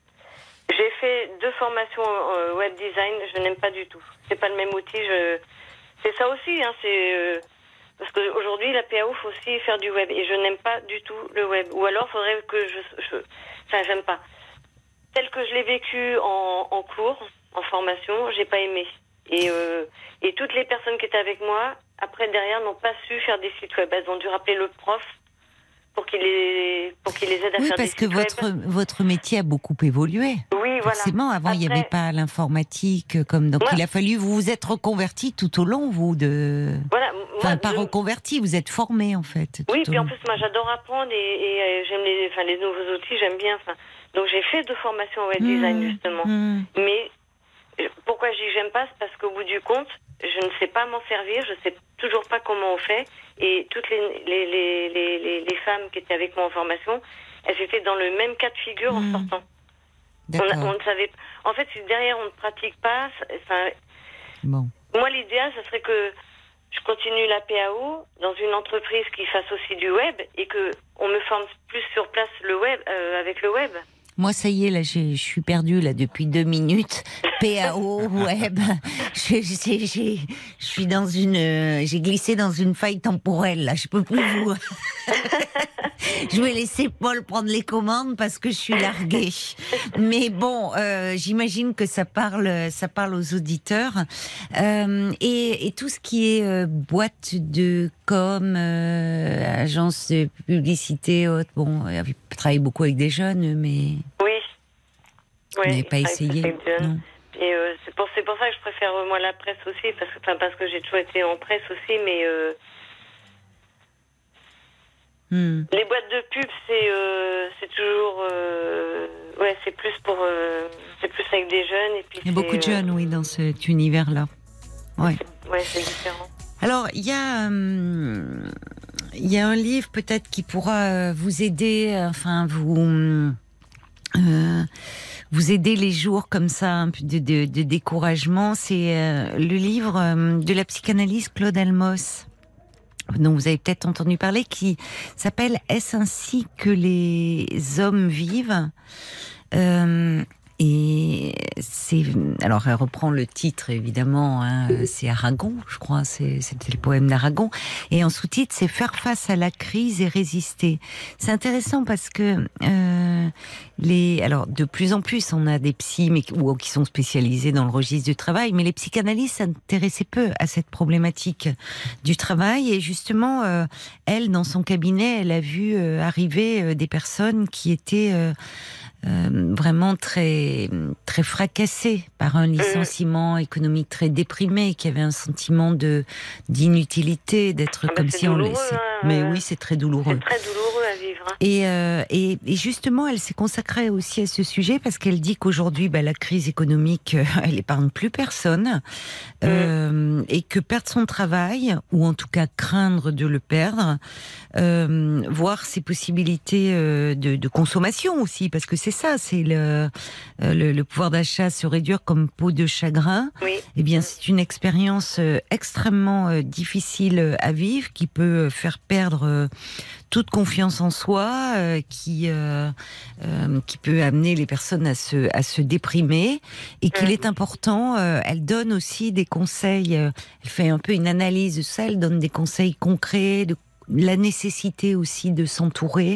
Speaker 6: J'ai fait deux formations euh, web design, je n'aime pas du tout. C'est pas le même outil. Je... C'est ça aussi, hein, c'est euh... parce qu'aujourd'hui la P A O faut aussi faire du web et je n'aime pas du tout le web. Ou alors faudrait que je, je... enfin j'aime pas. Tel que je l'ai vécu en, en cours, en formation, j'ai pas aimé. Et, euh, et toutes les personnes qui étaient avec moi, après derrière, n'ont pas su faire des sites web. Elles ont dû rappeler le prof pour qu'il les, pour qu'il les aide à
Speaker 3: oui,
Speaker 6: faire des sites web.
Speaker 3: Oui, parce que votre, votre métier a beaucoup évolué.
Speaker 6: Oui, voilà.
Speaker 3: Forcément, avant,
Speaker 6: après,
Speaker 3: il n'y avait pas l'informatique. Comme... Donc, moi, il a fallu, vous vous êtes reconverti tout au long, vous, de...
Speaker 6: Voilà.
Speaker 3: Enfin,
Speaker 6: moi,
Speaker 3: pas
Speaker 6: je...
Speaker 3: reconverti, vous êtes formé, en fait.
Speaker 6: Oui, puis en plus, moi, j'adore apprendre et, et euh, j'aime les, enfin, les nouveaux outils, j'aime bien. Enfin, donc, j'ai fait deux formations web design, mmh, justement. Mmh. Mais pourquoi je dis que j'aime pas, c'est parce qu'au bout du compte, je ne sais pas m'en servir, je sais toujours pas comment on fait. Et toutes les, les, les, les, les femmes qui étaient avec moi en formation, elles étaient dans le même cas de figure mmh. en sortant. On, on ne savait. En fait, si derrière on ne pratique pas, enfin.
Speaker 3: Bon.
Speaker 6: Moi, l'idéal, ce serait que je continue la P A O dans une entreprise qui fasse aussi du web et que on me forme plus sur place le web euh, avec le web.
Speaker 3: Moi, ça y est, là, je suis perdue là depuis deux minutes. P A O, web. Je, je, je, je suis dans une, j'ai glissé dans une faille temporelle là. Je peux plus vous. Je vais laisser Paul prendre les commandes parce que je suis larguée. Mais bon, euh, j'imagine que ça parle, ça parle aux auditeurs. Euh, et, et tout ce qui est euh, boîte de com, euh, agence de publicité, autre, bon, vous travaillez beaucoup avec des jeunes, mais
Speaker 6: Oui.
Speaker 3: vous
Speaker 6: Oui,
Speaker 3: n'avez pas essayé. Non.
Speaker 6: Et euh, c'est pour, c'est pour ça que je préfère euh, moi la presse aussi, parce que, enfin, parce que j'ai toujours été en presse aussi, mais euh,
Speaker 3: Hmm.
Speaker 6: les boîtes de pub, c'est euh, c'est toujours, euh, ouais, c'est plus pour, euh, c'est plus avec des jeunes et puis.
Speaker 3: Il y a beaucoup de jeunes,
Speaker 6: euh,
Speaker 3: oui, dans cet univers-là. Ouais.
Speaker 6: Ouais, c'est différent.
Speaker 3: Alors, il y a, hum, il y a un livre peut-être qui pourra vous aider, enfin vous. Euh, vous aider les jours comme ça, un peu de, de, de découragement, c'est euh, le livre euh, de la psychanalyste Claude Almos, dont vous avez peut-être entendu parler, qui s'appelle « Est-ce ainsi que les hommes vivent ?» euh, Et c'est, alors elle reprend le titre évidemment, hein, c'est Aragon, je crois, c'est, c'était le poème d'Aragon, et en sous-titre c'est faire face à la crise et résister. C'est intéressant parce que euh, les, alors de plus en plus on a des psys mais ou qui sont spécialisés dans le registre du travail, mais les psychanalystes s'intéressaient peu à cette problématique du travail et justement euh, elle dans son cabinet elle a vu euh, arriver euh, des personnes qui étaient euh, Euh, vraiment très très fracassé par un licenciement économique très déprimé, qui avait un sentiment de d'inutilité, d'être
Speaker 6: Ah bah
Speaker 3: comme
Speaker 6: c'est
Speaker 3: si on
Speaker 6: douloureux,
Speaker 3: laissait.
Speaker 6: hein,
Speaker 3: Mais
Speaker 6: euh,
Speaker 3: oui, c'est très douloureux.
Speaker 6: C'est très douloureux à vivre. Hein.
Speaker 3: Et, euh, et, et justement, elle s'est consacrée aussi à ce sujet parce qu'elle dit qu'aujourd'hui, bah, la crise économique, elle épargne plus personne, euh, et que perdre son travail, ou en tout cas craindre de le perdre, euh, voir ses possibilités euh, de, de consommation aussi, parce que c'est ça, c'est le, le, le pouvoir d'achat se réduire comme peau de chagrin.
Speaker 6: Oui.
Speaker 3: Eh bien, c'est une expérience euh, extrêmement euh, difficile à vivre, qui peut faire perdre euh, toute confiance en soi, euh, qui euh, euh, qui peut amener les personnes à se à se déprimer, et qu'il est important. Euh, elle donne aussi des conseils. Euh, elle fait un peu une analyse de ça. Elle donne des conseils concrets, de la nécessité aussi de s'entourer.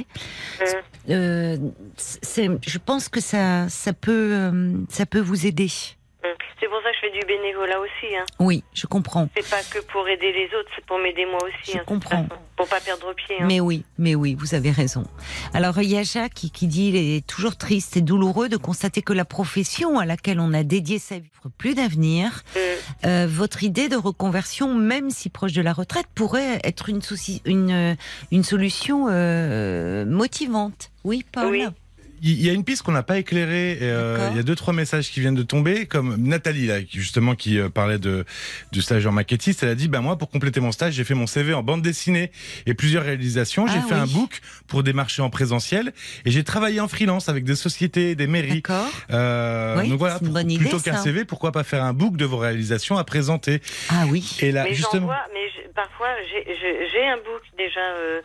Speaker 3: Euh, c'est, je pense que ça ça peut euh, ça peut vous aider.
Speaker 6: C'est pour ça que je fais du bénévolat aussi. Hein.
Speaker 3: Oui, je comprends.
Speaker 6: C'est pas que pour aider les autres, c'est pour m'aider moi aussi.
Speaker 3: Je
Speaker 6: hein,
Speaker 3: comprends.
Speaker 6: Pour pas perdre pied. Hein.
Speaker 3: Mais oui, mais oui, vous avez raison. Alors il y a Jacques qui, qui dit il est toujours triste et douloureux de constater que la profession à laquelle on a dédié sa vie n'a plus d'avenir.
Speaker 6: Mm.
Speaker 3: Euh, votre idée de reconversion, même si proche de la retraite, pourrait être une, souci, une, une solution euh, motivante. Oui, Paul.
Speaker 6: Oui.
Speaker 5: Il y a une piste qu'on n'a pas éclairée. Euh, il y a deux trois messages qui viennent de tomber, comme Nathalie là, qui justement qui euh, parlait de du stage en maquettiste. Elle a dit bah moi pour compléter mon stage j'ai fait mon C V en bande dessinée et plusieurs réalisations. J'ai
Speaker 3: Ah,
Speaker 5: fait
Speaker 3: oui.
Speaker 5: un book pour des marchés en présentiel et j'ai travaillé en freelance avec des sociétés, des mairies.
Speaker 3: D'accord.
Speaker 5: Euh,
Speaker 3: Oui,
Speaker 5: donc voilà,
Speaker 3: c'est une bonne
Speaker 5: plutôt
Speaker 3: idée,
Speaker 5: qu'un
Speaker 3: ça.
Speaker 5: C V, pourquoi pas faire un book de vos réalisations à présenter.
Speaker 3: Ah oui.
Speaker 5: Et là
Speaker 6: Mais j'en
Speaker 5: justement.
Speaker 6: vois, mais je- parfois j'ai, je- j'ai un book déjà euh,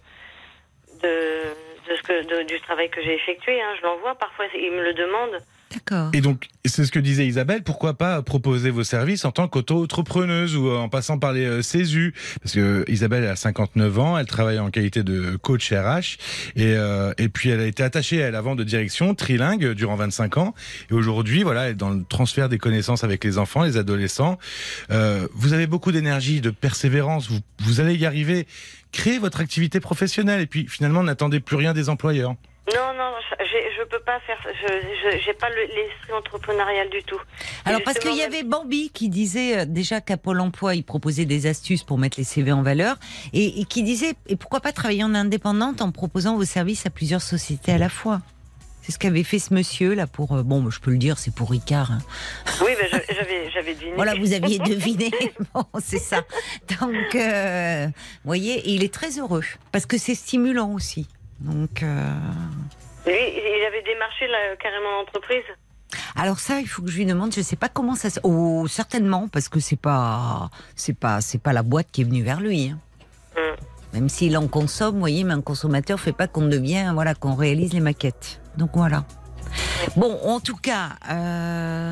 Speaker 6: de, de ce que, de- du travail que j'ai effectué. Hein, je l'envoie, parfois ils me le demandent.
Speaker 3: D'accord.
Speaker 5: Et donc, c'est ce que disait Isabelle, pourquoi pas proposer vos services en tant qu'auto-entrepreneuse ou en passant par les euh, CESU. Parce que Isabelle a cinquante-neuf ans, elle travaille en qualité de coach R H, et, euh, et puis elle a été attachée à la vente de direction, trilingue, durant vingt-cinq ans. Et aujourd'hui, voilà, elle est dans le transfert des connaissances avec les enfants, les adolescents. Euh, vous avez beaucoup d'énergie, de persévérance, vous, vous allez y arriver. Créez votre activité professionnelle, et puis finalement, n'attendez plus rien des employeurs.
Speaker 6: Non, non, je, je peux pas faire. Je, je j'ai pas le, l'esprit entrepreneurial du tout.
Speaker 3: Alors
Speaker 6: Et
Speaker 3: parce qu'il y
Speaker 6: justement,
Speaker 3: avait Bambi qui disait euh, déjà qu'à Pôle Emploi il proposait des astuces pour mettre les C V en valeur, et, et qui disait et pourquoi pas travailler en indépendante en proposant vos services à plusieurs sociétés à la fois. C'est ce qu'avait fait ce monsieur là pour euh, bon je peux le dire, c'est pour Ricard. Hein.
Speaker 6: Oui, ben je- j'avais j'avais deviné.
Speaker 3: Voilà, vous aviez deviné. Bon, c'est ça. Donc euh, vous voyez, et il est très heureux parce que c'est stimulant aussi. Donc euh...
Speaker 6: Lui, il avait démarché là, carrément l'entreprise.
Speaker 3: alors ça, il faut que je lui demande. Je sais pas comment ça se. Oh, certainement parce que c'est pas, c'est pas, c'est pas la boîte qui est venue vers lui. Hein.
Speaker 6: Mm.
Speaker 3: Même s'il en consomme, vous voyez, mais un consommateur fait pas qu'on devient, voilà, qu'on réalise les maquettes. Donc voilà. Bon, en tout cas, euh,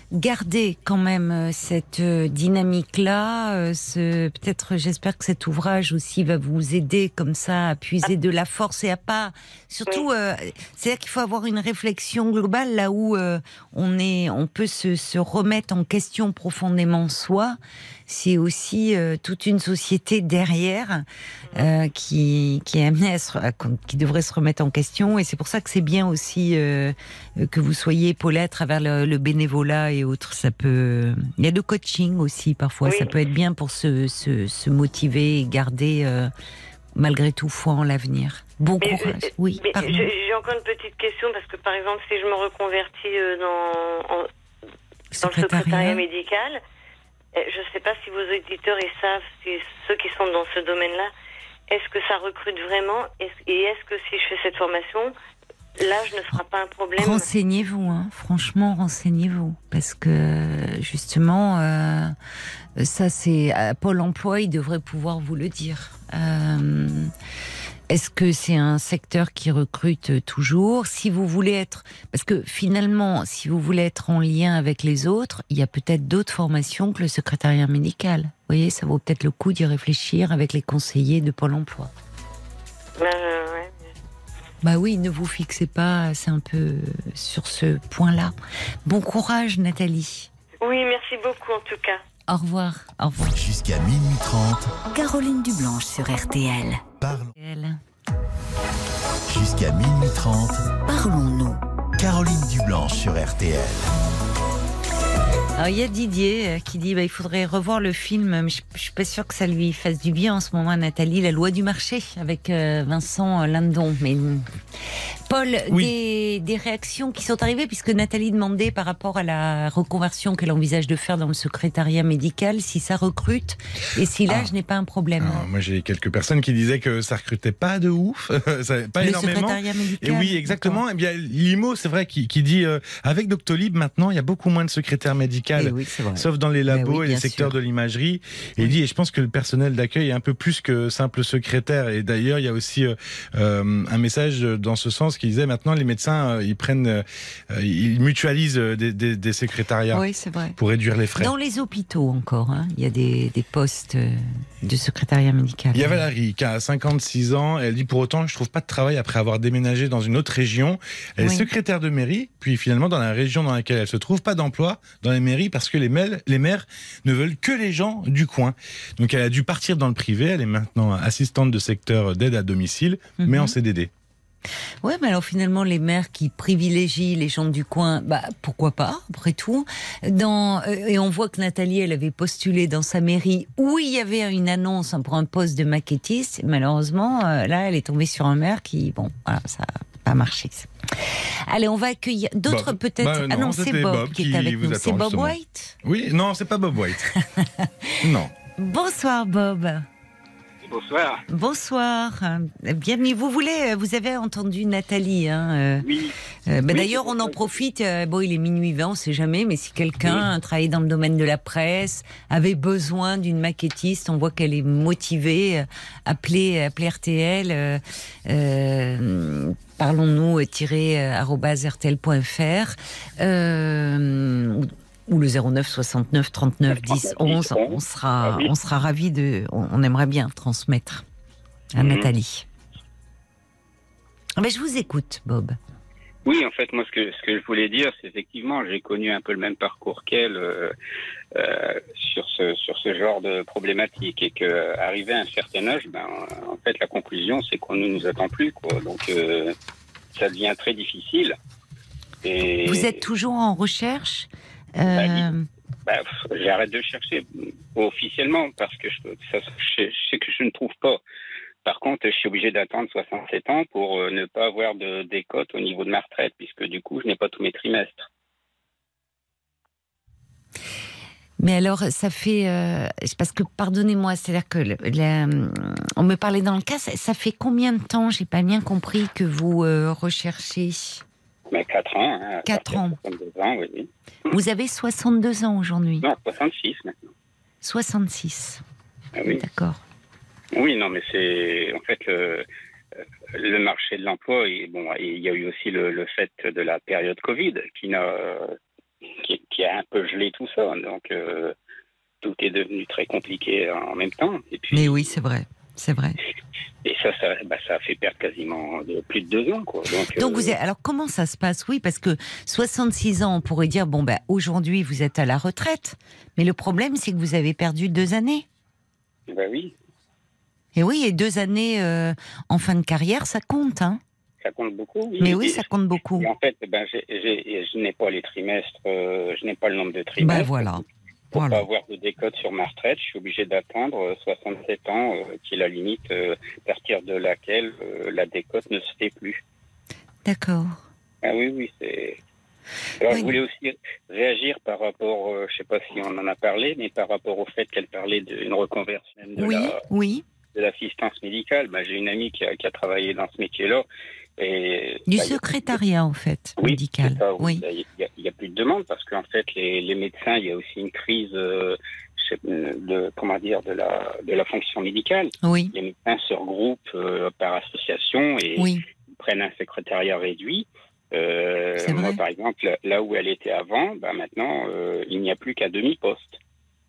Speaker 3: gardez quand même cette dynamique-là. Ce, peut-être, j'espère que cet ouvrage aussi va vous aider comme ça à puiser de la force et à pas. Surtout, euh, c'est-à-dire qu'il faut avoir une réflexion globale là où euh, on est, on peut se, se remettre en question profondément soi. C'est aussi euh, toute une société derrière euh, qui, qui est amenée à se, à, qui devrait se remettre en question. Et c'est pour ça que c'est bien aussi euh, que vous soyez épaulé à travers le, le bénévolat et autres. Ça peut. Il y a le coaching aussi parfois. Oui. Ça peut être bien pour se, se, se motiver et garder euh, malgré tout foi en l'avenir. Bon
Speaker 6: mais,
Speaker 3: courage.
Speaker 6: Euh,
Speaker 3: oui.
Speaker 6: mais j'ai encore une petite question parce que par exemple, si je me reconvertis euh, dans, en, dans le secrétariat médical. Je ne sais pas si vos auditeurs ils savent, si ceux qui sont dans ce domaine-là, est-ce que ça recrute vraiment et est-ce que si je fais cette formation, l'âge ne sera pas un problème?
Speaker 3: Renseignez-vous, hein. Franchement, renseignez-vous. Parce que justement, euh, ça c'est Pôle emploi, il devrait pouvoir vous le dire. Euh, Est-ce que c'est un secteur qui recrute toujours? Si vous voulez être, parce que finalement, si vous voulez être en lien avec les autres, il y a peut-être d'autres formations que le secrétariat médical. Vous voyez, ça vaut peut-être le coup d'y réfléchir avec les conseillers de Pôle emploi.
Speaker 6: Euh, ouais.
Speaker 3: Bah oui, ne vous fixez pas, c'est un peu sur ce point-là. Bon courage, Nathalie.
Speaker 6: Oui, merci beaucoup en tout cas.
Speaker 3: Au revoir. Au revoir.
Speaker 1: Jusqu'à minuit trente.
Speaker 2: Caroline Dublanche sur R T L.
Speaker 1: Parlons.
Speaker 3: Elle.
Speaker 1: Jusqu'à minuit trente.
Speaker 2: Parlons-nous.
Speaker 1: Caroline Dublanche sur R T L.
Speaker 3: Alors il y a Didier qui dit bah, il faudrait revoir le film, mais je, je suis pas sûre que ça lui fasse du bien en ce moment, Nathalie, La loi du marché avec euh, Vincent Lindon. Mais Paul, oui. des, des réactions qui sont arrivées puisque Nathalie demandait par rapport à la reconversion qu'elle envisage de faire dans le secrétariat médical, si ça recrute et si l'âge ah. n'est pas un problème.
Speaker 5: Alors, moi j'ai quelques personnes qui disaient que ça recrutait pas de ouf, ça, pas
Speaker 3: le
Speaker 5: énormément.
Speaker 3: Secrétariat médical.
Speaker 5: Et oui, exactement. Et bien Limo, c'est vrai, qui, qui dit euh, avec Doctolib maintenant il y a beaucoup moins de secrétaires médicaux.
Speaker 3: Oui,
Speaker 5: sauf dans les labos
Speaker 3: oui,
Speaker 5: et les secteurs sûr. de l'imagerie. Et oui. il dit, et je pense que le personnel d'accueil est un peu plus que simple secrétaire. Et d'ailleurs, il y a aussi euh, un message dans ce sens qui disait maintenant les médecins, euh, ils prennent, euh, ils mutualisent des, des, des secrétariats
Speaker 3: oui, c'est vrai.
Speaker 5: pour réduire les frais.
Speaker 3: Dans les hôpitaux encore, hein, il y a des, des postes de secrétariat médical.
Speaker 5: Il y a Valérie qui a cinquante-six ans. Elle dit pour autant, je trouve pas de travail après avoir déménagé dans une autre région. Elle oui. est secrétaire de mairie, puis finalement dans la région dans laquelle elle se trouve, pas d'emploi dans les mairies parce que les maires, les maires ne veulent que les gens du coin. Donc elle a dû partir dans le privé. Elle est maintenant assistante de secteur d'aide à domicile, mm-hmm. mais en C D D.
Speaker 3: Ouais, mais alors finalement, les maires qui privilégient les gens du coin, bah pourquoi pas, après tout. Dans, euh, et on voit que Nathalie, elle avait postulé dans sa mairie où il y avait une annonce pour un poste de maquettiste. Malheureusement, euh, là, elle est tombée sur un maire qui, bon, voilà, ça n'a pas marché. Allez, on va accueillir d'autres
Speaker 5: Bob.
Speaker 3: peut-être.
Speaker 5: Bah, non,
Speaker 3: ah non, c'est Bob, Bob qui, qui est avec nous.
Speaker 5: Attend,
Speaker 3: c'est Bob
Speaker 5: justement.
Speaker 3: White.
Speaker 5: Oui, non, c'est pas Bob White. Non.
Speaker 3: Bonsoir Bob.
Speaker 7: Bonsoir.
Speaker 3: Bonsoir. Bienvenue. Vous voulez, vous avez entendu Nathalie, hein, euh,
Speaker 7: oui.
Speaker 3: Euh, bah
Speaker 7: oui.
Speaker 3: D'ailleurs, on en profite. Euh, bon, il est minuit vingt, on sait jamais, mais si quelqu'un oui. travaille dans le domaine de la presse, avait besoin d'une maquettiste, on voit qu'elle est motivée. Euh, appelez, appelez R T L. Euh, euh, parlons-nous arobase r t l point f r. Euh, ou le zéro neuf soixante-neuf trente-neuf dix onze, on sera, on sera ravis de, on aimerait bien transmettre à mmh. Nathalie. Mais je vous écoute, Bob.
Speaker 7: Oui, en fait, moi, ce que, ce que je voulais dire, c'est effectivement, j'ai connu un peu le même parcours qu'elle euh, euh, sur ce sur ce genre de problématique, et que arrivé à un certain âge, ben, en fait, la conclusion, c'est qu'on ne nous attend plus, quoi. Donc, euh, ça devient très difficile. Et...
Speaker 3: Vous êtes toujours en recherche?
Speaker 7: Euh... Bah, j'arrête de chercher officiellement parce que je, ça, je, je sais que je ne trouve pas. Par contre, je suis obligé d'attendre soixante-sept ans pour euh, ne pas avoir de décote au niveau de ma retraite, puisque du coup, je n'ai pas tous mes trimestres.
Speaker 3: Mais alors, ça fait... Euh, parce que, pardonnez-moi, c'est-à-dire que le, le, on me parlait dans le cas, ça, ça fait combien de temps, j'ai pas bien compris, que vous euh, recherchez?
Speaker 7: Mais quatre ans. Hein,
Speaker 3: quatre ans.
Speaker 7: soixante-deux ans, oui.
Speaker 3: Vous avez soixante-deux ans aujourd'hui?
Speaker 7: Non, soixante-six maintenant.
Speaker 3: soixante-six.
Speaker 7: Ah oui.
Speaker 3: D'accord.
Speaker 7: Oui, non, mais c'est... En fait, le, le marché de l'emploi, et bon, il y a eu aussi le, le fait de la période Covid qui n'a, qui, qui a un peu gelé tout ça. Donc, euh, tout est devenu très compliqué en même temps. Et puis,
Speaker 3: Mais oui, c'est vrai. C'est vrai.
Speaker 7: Et ça, ça, bah, ça a fait perdre quasiment de, plus de deux ans, quoi. Donc,
Speaker 3: Donc
Speaker 7: euh,
Speaker 3: vous êtes, alors comment ça se passe? Oui, parce que soixante-six ans, on pourrait dire, bon, ben, aujourd'hui, vous êtes à la retraite. Mais le problème, c'est que vous avez perdu deux années.
Speaker 7: bah oui,
Speaker 3: Et oui, et deux années euh, en fin de carrière, ça compte, hein.
Speaker 7: ça compte beaucoup. Oui.
Speaker 3: Mais oui,
Speaker 7: Et-
Speaker 3: ça compte beaucoup.
Speaker 7: et en fait, ben, j'ai, j'ai, je n'ai pas les trimestres, euh, je n'ai pas le nombre de
Speaker 3: Ben
Speaker 7: trimestres.
Speaker 3: voilà.
Speaker 7: Pour
Speaker 3: Voilà.
Speaker 7: pas avoir de décote sur ma retraite, je suis obligé d'attendre euh, soixante-sept ans, euh, qui est la limite euh, à partir de laquelle euh, la décote ne se fait plus.
Speaker 3: D'accord.
Speaker 7: Ah oui, oui, c'est... Alors,
Speaker 3: Oui.
Speaker 7: je voulais aussi réagir par rapport, euh, je sais pas si on en a parlé, mais par rapport au fait qu'elle parlait d'une reconversion de,
Speaker 3: Oui,
Speaker 7: la,
Speaker 3: oui.
Speaker 7: de l'assistance médicale. Ben, j'ai une amie qui a, qui a travaillé dans ce métier-là. Et,
Speaker 3: Du
Speaker 7: ben, il y a-
Speaker 3: secrétariat, en fait,
Speaker 7: Oui,
Speaker 3: médical.
Speaker 7: c'est ça, oui.
Speaker 3: Oui.
Speaker 7: Il n'y a, il y a plus de demande parce qu'en fait, les, les médecins, il y a aussi une crise euh, je sais- de, comment dire, de la, de la fonction médicale.
Speaker 3: Oui.
Speaker 7: Les médecins se regroupent euh, par association et
Speaker 3: Oui.
Speaker 7: prennent un secrétariat réduit. Euh,
Speaker 3: C'est
Speaker 7: moi,
Speaker 3: vrai.
Speaker 7: par exemple, là où elle était avant, ben maintenant, euh, il n'y a plus qu'à demi-poste.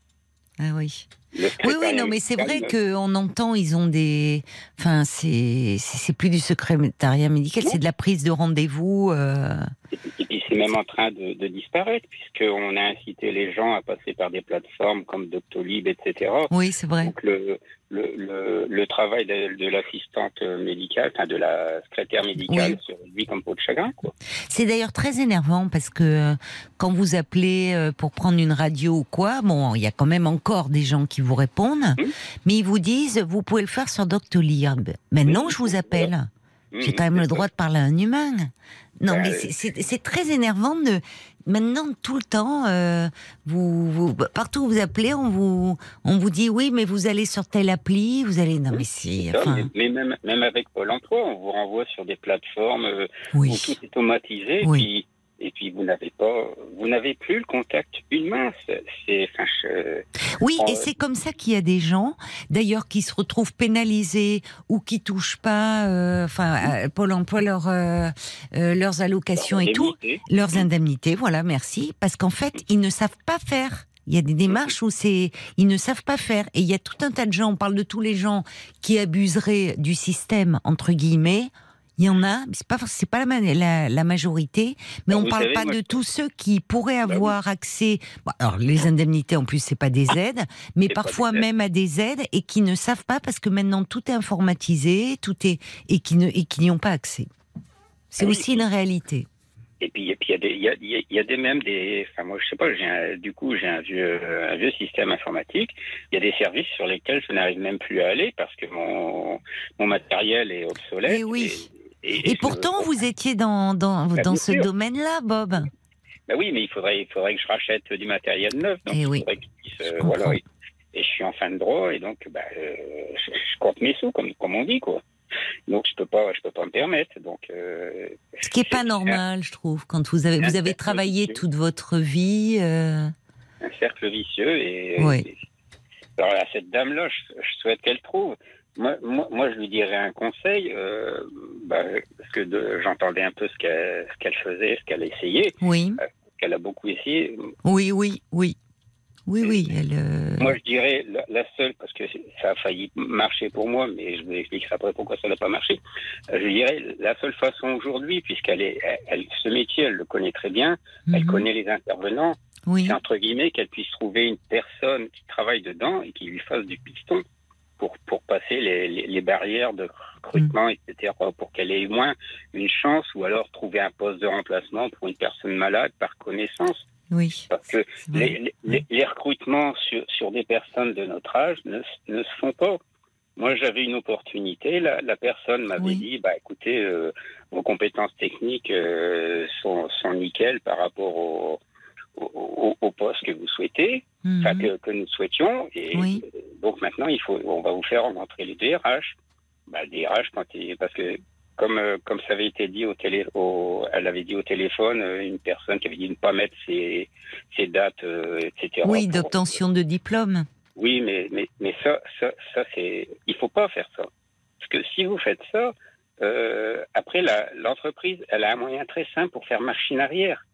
Speaker 3: Ah oui.
Speaker 7: Le
Speaker 3: Oui, oui,
Speaker 7: secrétariat
Speaker 3: non, mais c'est vrai
Speaker 7: médical,
Speaker 3: qu'on entend, ils ont des. Enfin, c'est c'est c'est plus du secrétariat médical,
Speaker 7: Non.
Speaker 3: c'est de la prise de rendez-vous. euh,
Speaker 7: Et puis c'est même en train de, de disparaître, puisqu'on a incité les gens à passer par des plateformes comme Doctolib, et cetera.
Speaker 3: Oui, c'est vrai.
Speaker 7: Donc le, le, le, le travail de, de l'assistante médicale, enfin de la secrétaire médicale,
Speaker 3: Oui.
Speaker 7: se réduit comme peau de chagrin, quoi.
Speaker 3: C'est d'ailleurs très énervant parce que euh, quand vous appelez euh, pour prendre une radio ou quoi, bon, il y a quand même encore des gens qui vous répondent,
Speaker 7: Mmh.
Speaker 3: mais ils vous disent vous pouvez le faire sur Doctolib. Mais non,
Speaker 7: Mmh.
Speaker 3: je vous appelle. J'ai
Speaker 7: Mmh,
Speaker 3: quand même
Speaker 7: c'est
Speaker 3: le
Speaker 7: ça.
Speaker 3: droit de parler à un humain. Non,
Speaker 7: Ben,
Speaker 3: mais c'est- c'est c'est très énervant de maintenant tout le temps. euh, vous, vous partout où vous appelez, on vous on vous dit oui, mais vous allez sur telle appli, vous allez non mais c'est
Speaker 7: Ça,
Speaker 3: enfin
Speaker 7: mais, mais même, même avec Pôle emploi, on vous renvoie sur des plateformes euh,
Speaker 3: oui.
Speaker 7: où tout est automatisé,
Speaker 3: Oui.
Speaker 7: et puis, et puis vous n'avez pas, vous n'avez plus le contact humain. C'est, c'est- enfin, je-
Speaker 3: Oui, et
Speaker 7: Euh,
Speaker 3: c'est comme ça qu'il y a des gens, d'ailleurs, qui se retrouvent pénalisés ou qui touchent pas, euh, enfin, à Pôle Emploi leur, euh, euh, leurs allocations et tout,
Speaker 7: indemnité.
Speaker 3: leurs indemnités. Voilà, merci, parce qu'en fait, ils ne savent pas faire. Il y a des démarches où c'est, ils ne savent pas faire. Et il y a tout un tas de gens. On parle de tous les gens qui abuseraient du système entre guillemets. Il y en a, c'est pas c'est pas la, ma- la, la majorité, mais
Speaker 7: Bah,
Speaker 3: on
Speaker 7: vous
Speaker 3: parle
Speaker 7: savez,
Speaker 3: pas
Speaker 7: moi,
Speaker 3: de
Speaker 7: je-
Speaker 3: tous ceux qui pourraient
Speaker 7: Bah oui.
Speaker 3: avoir accès. Bon, alors les indemnités en plus c'est pas des aides, mais
Speaker 7: C'est pas
Speaker 3: parfois
Speaker 7: des aides.
Speaker 3: même à des aides et qui ne savent pas parce que maintenant tout est informatisé, tout est et qui ne et qui n'y ont pas accès. C'est
Speaker 7: Ah oui.
Speaker 3: aussi une réalité.
Speaker 7: Et puis, et puis il y a des, il y a, il y a- il y a des même des, enfin moi je sais pas, j'ai un- du coup j'ai un vieux, un vieux système informatique. Il y a des services sur lesquels je n'arrive même plus à aller parce que mon, mon matériel est obsolète.
Speaker 3: Eh oui.
Speaker 7: Et, et-
Speaker 3: Et
Speaker 7: et
Speaker 3: pourtant
Speaker 7: je-
Speaker 3: vous étiez dans dans
Speaker 7: Bah,
Speaker 3: dans
Speaker 7: bien
Speaker 3: ce
Speaker 7: sûr.
Speaker 3: domaine-là, Bob.
Speaker 7: Bah oui, mais il faudrait, il faudrait que je rachète du matériel neuf. Donc
Speaker 3: Eh
Speaker 7: il
Speaker 3: oui.
Speaker 7: faudrait que je puisse,
Speaker 3: Je
Speaker 7: euh,
Speaker 3: comprends.
Speaker 7: voilà. Et, et je suis en fin de droit et donc bah, euh, je, je compte mes sous comme comme on dit quoi. Donc je peux pas, je peux pas me permettre. Donc euh,
Speaker 3: Ce qui est pas
Speaker 7: c'est-
Speaker 3: normal, je trouve, quand vous avez
Speaker 7: Un
Speaker 3: vous avez
Speaker 7: cercle
Speaker 3: travaillé
Speaker 7: vicieux.
Speaker 3: toute votre vie. euh,
Speaker 7: un cercle vicieux et,
Speaker 3: Oui.
Speaker 7: et- alors à cette dame là je, je souhaite qu'elle trouve moi, moi, moi je lui dirais un conseil euh, bah, parce que de- j'entendais un peu ce qu'elle, ce qu'elle faisait, ce qu'elle essayait,
Speaker 3: Oui,
Speaker 7: qu'elle a beaucoup essayé.
Speaker 3: oui, oui, oui, oui, oui. Elle, euh,
Speaker 7: Moi je dirais la, la seule, parce que ça a failli marcher pour moi, mais je vous expliquerai après pourquoi ça n'a pas marché. Euh, je dirais la seule façon aujourd'hui, puisqu'elle est, elle, elle- ce métier elle le connaît très bien, elle
Speaker 3: mhm,
Speaker 7: connaît les intervenants,
Speaker 3: Oui,
Speaker 7: c'est entre guillemets qu'elle puisse trouver une personne qui travaille dedans et qui lui fasse du piston pour, pour passer les, les, les barrières de recrutement, et cetera, pour qu'elle ait au moins une chance ou alors trouver un poste de remplacement pour une personne malade par connaissance.
Speaker 3: oui.
Speaker 7: Parce que
Speaker 3: C'est vrai.
Speaker 7: les, les, les recrutements sur, sur des personnes de notre âge ne, ne se font pas. Moi, j'avais une opportunité. La, la personne m'avait
Speaker 3: Oui.
Speaker 7: dit, bah, écoutez, euh, vos compétences techniques euh, sont, sont nickel par rapport au, au, au, au poste que vous souhaitez,
Speaker 3: Mhm.
Speaker 7: enfin que, que nous souhaitions. Et
Speaker 3: Oui.
Speaker 7: euh, donc maintenant, il faut, on va vous faire rentrer les D R H. Bah, D R H, quand il, parce que comme euh, comme ça avait été dit au télé, au, elle avait dit au téléphone, euh, une personne qui avait dit de ne pas mettre ses, ses dates, euh, et cetera.
Speaker 3: Oui,
Speaker 7: pour-
Speaker 3: d'obtention de diplôme.
Speaker 7: Oui, mais mais mais ça ça ça c'est, il faut pas faire ça. Parce que si vous faites ça, euh, après la, l'entreprise, elle a un moyen très simple pour faire machine arrière.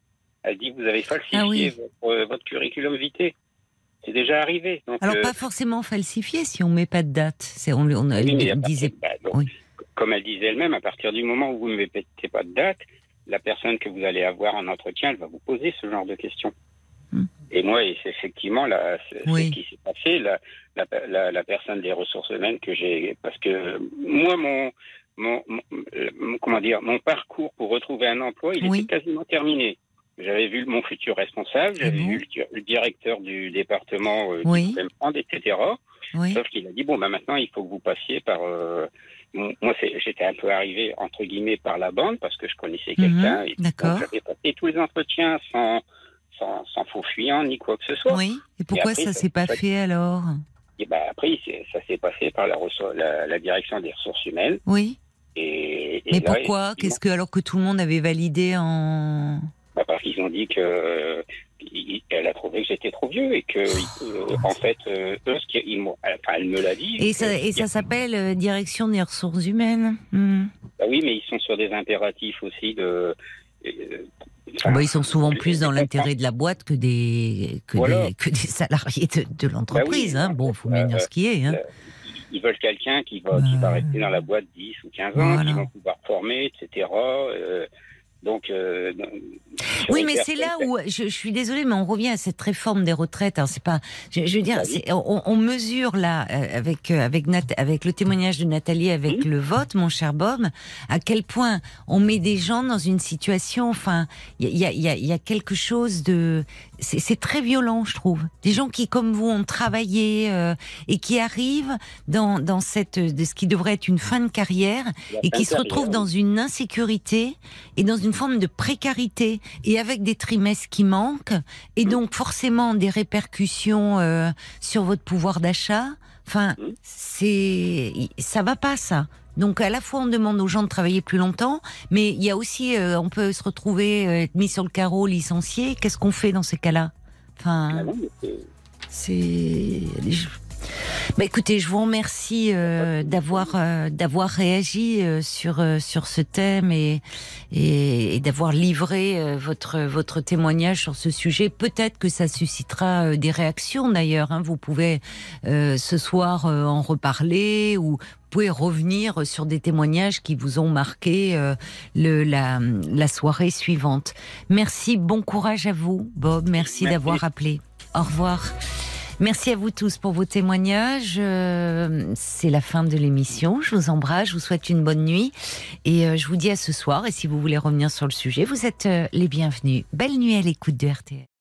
Speaker 7: Elle dit, vous avez falsifié
Speaker 3: Ah oui.
Speaker 7: votre, votre curriculum vitae. C'est déjà arrivé. Donc,
Speaker 3: Alors,
Speaker 7: euh,
Speaker 3: pas forcément falsifié si on met pas de date. C'est, on, on,
Speaker 7: oui,
Speaker 3: elle
Speaker 7: mais à
Speaker 3: disait.
Speaker 7: partir- bah, donc,
Speaker 3: Oui.
Speaker 7: comme elle disait elle-même, à partir du moment où vous ne mettez pas de date, la personne que vous allez avoir en entretien, elle va vous poser ce genre de questions.
Speaker 3: Hmm.
Speaker 7: Et moi, et c'est effectivement là, c'est,
Speaker 3: Oui.
Speaker 7: ce qui s'est passé. La, la, la, la personne des ressources humaines que j'ai, parce que moi, mon, mon, mon, mon- comment dire, mon parcours pour retrouver un emploi, il
Speaker 3: Oui.
Speaker 7: était quasiment terminé. J'avais vu mon futur responsable,
Speaker 3: Ah
Speaker 7: j'avais
Speaker 3: bon
Speaker 7: vu le, le directeur du département euh,
Speaker 3: Oui.
Speaker 7: qui pouvait me prendre, et cetera.
Speaker 3: Oui.
Speaker 7: Sauf qu'il a dit, bon, bah, maintenant, il faut que vous passiez par... euh, moi, c'est, j'étais un peu arrivé, entre guillemets, par la bande, parce que je connaissais quelqu'un.
Speaker 3: Mhm,
Speaker 7: et
Speaker 3: d'accord.
Speaker 7: donc, j'avais passé tous les entretiens sans, sans, sans faux fuyant, ni quoi que ce soit.
Speaker 3: Oui. Et pourquoi
Speaker 7: après,
Speaker 3: ça
Speaker 7: ça-
Speaker 3: s'est pas
Speaker 7: ça-
Speaker 3: fait alors?
Speaker 7: Et bah, après, c'est- ça s'est passé par la, reço- la, la direction des ressources humaines.
Speaker 3: Oui.
Speaker 7: Et, et
Speaker 3: Mais
Speaker 7: là,
Speaker 3: pourquoi?
Speaker 7: effectivement,
Speaker 3: Qu'est-ce que, alors que tout le monde avait validé en.
Speaker 7: bah, parce qu'ils ont dit que euh, il- elle a trouvé que j'étais trop vieux et que, euh, en fait, euh, eux, ce qu'ils m'ont- enfin, elle me l'a dit.
Speaker 3: Et ça,
Speaker 7: euh,
Speaker 3: et ça s'appelle euh, direction des ressources humaines. Hmm.
Speaker 7: Bah oui, mais ils sont sur des impératifs aussi de. euh, enfin,
Speaker 3: Bah, ils sont souvent
Speaker 7: je-
Speaker 3: plus
Speaker 7: je
Speaker 3: dans
Speaker 7: comprends.
Speaker 3: l'intérêt de la boîte que des que
Speaker 7: Voilà.
Speaker 3: des que des salariés de, de l'entreprise.
Speaker 7: Bah oui,
Speaker 3: hein. Bon, faut bien
Speaker 7: euh,
Speaker 3: dire ce qui est. Hein.
Speaker 7: euh, Ils veulent quelqu'un qui va, qui va
Speaker 3: Euh,
Speaker 7: rester dans la boîte dix ou quinze ans,
Speaker 3: voilà.
Speaker 7: qui vont pouvoir former, et cetera. Euh, donc. Euh,
Speaker 3: Oui, mais c'est là où je, je suis désolée, mais on revient à cette réforme des retraites. Hein, c'est pas, je, je veux dire,
Speaker 7: Bah oui.
Speaker 3: c'est, on, on mesure là euh, avec euh, avec Nat, avec le témoignage de Nathalie, avec
Speaker 7: Oui.
Speaker 3: le vote, mon cher Bob, à quel point on met des gens dans une situation. Enfin, il y a il y a il y a quelque chose de, c'est, c'est très violent, je trouve. Des gens qui, comme vous, ont travaillé euh, et qui arrivent dans dans cette de ce qui devrait être une fin de carrière et qui se retrouvent dans une insécurité et dans une forme de précarité et avec des trimestres qui manquent et donc forcément des répercussions euh, sur votre pouvoir d'achat. Enfin, c'est ça va pas ça. Donc à la fois on demande aux gens de travailler plus longtemps, mais il y a aussi euh, on peut se retrouver euh, être mis sur le carreau, licencié. Qu'est-ce qu'on fait dans ces cas-là? Enfin,
Speaker 7: Ah non, mais c'est-
Speaker 3: c'est. Bah écoutez, je vous remercie euh, d'avoir euh, d'avoir réagi euh, sur euh, sur ce thème et et, et d'avoir livré euh, votre votre témoignage sur ce sujet. Peut-être que ça suscitera euh, des réactions d'ailleurs. Hein. Vous pouvez euh, ce soir euh, en reparler ou vous pouvez revenir sur des témoignages qui vous ont marqué euh, le la la soirée suivante. Merci, bon courage à vous, Bob. Merci,
Speaker 7: Merci.
Speaker 3: d'avoir appelé. Au revoir. Merci à vous tous pour vos témoignages. Euh, c'est la fin de l'émission. Je vous embrasse, je vous souhaite une bonne nuit. Et euh, je vous dis à ce soir. Et si vous voulez revenir sur le sujet, vous êtes euh, les bienvenus. Belle nuit à l'écoute de R T L.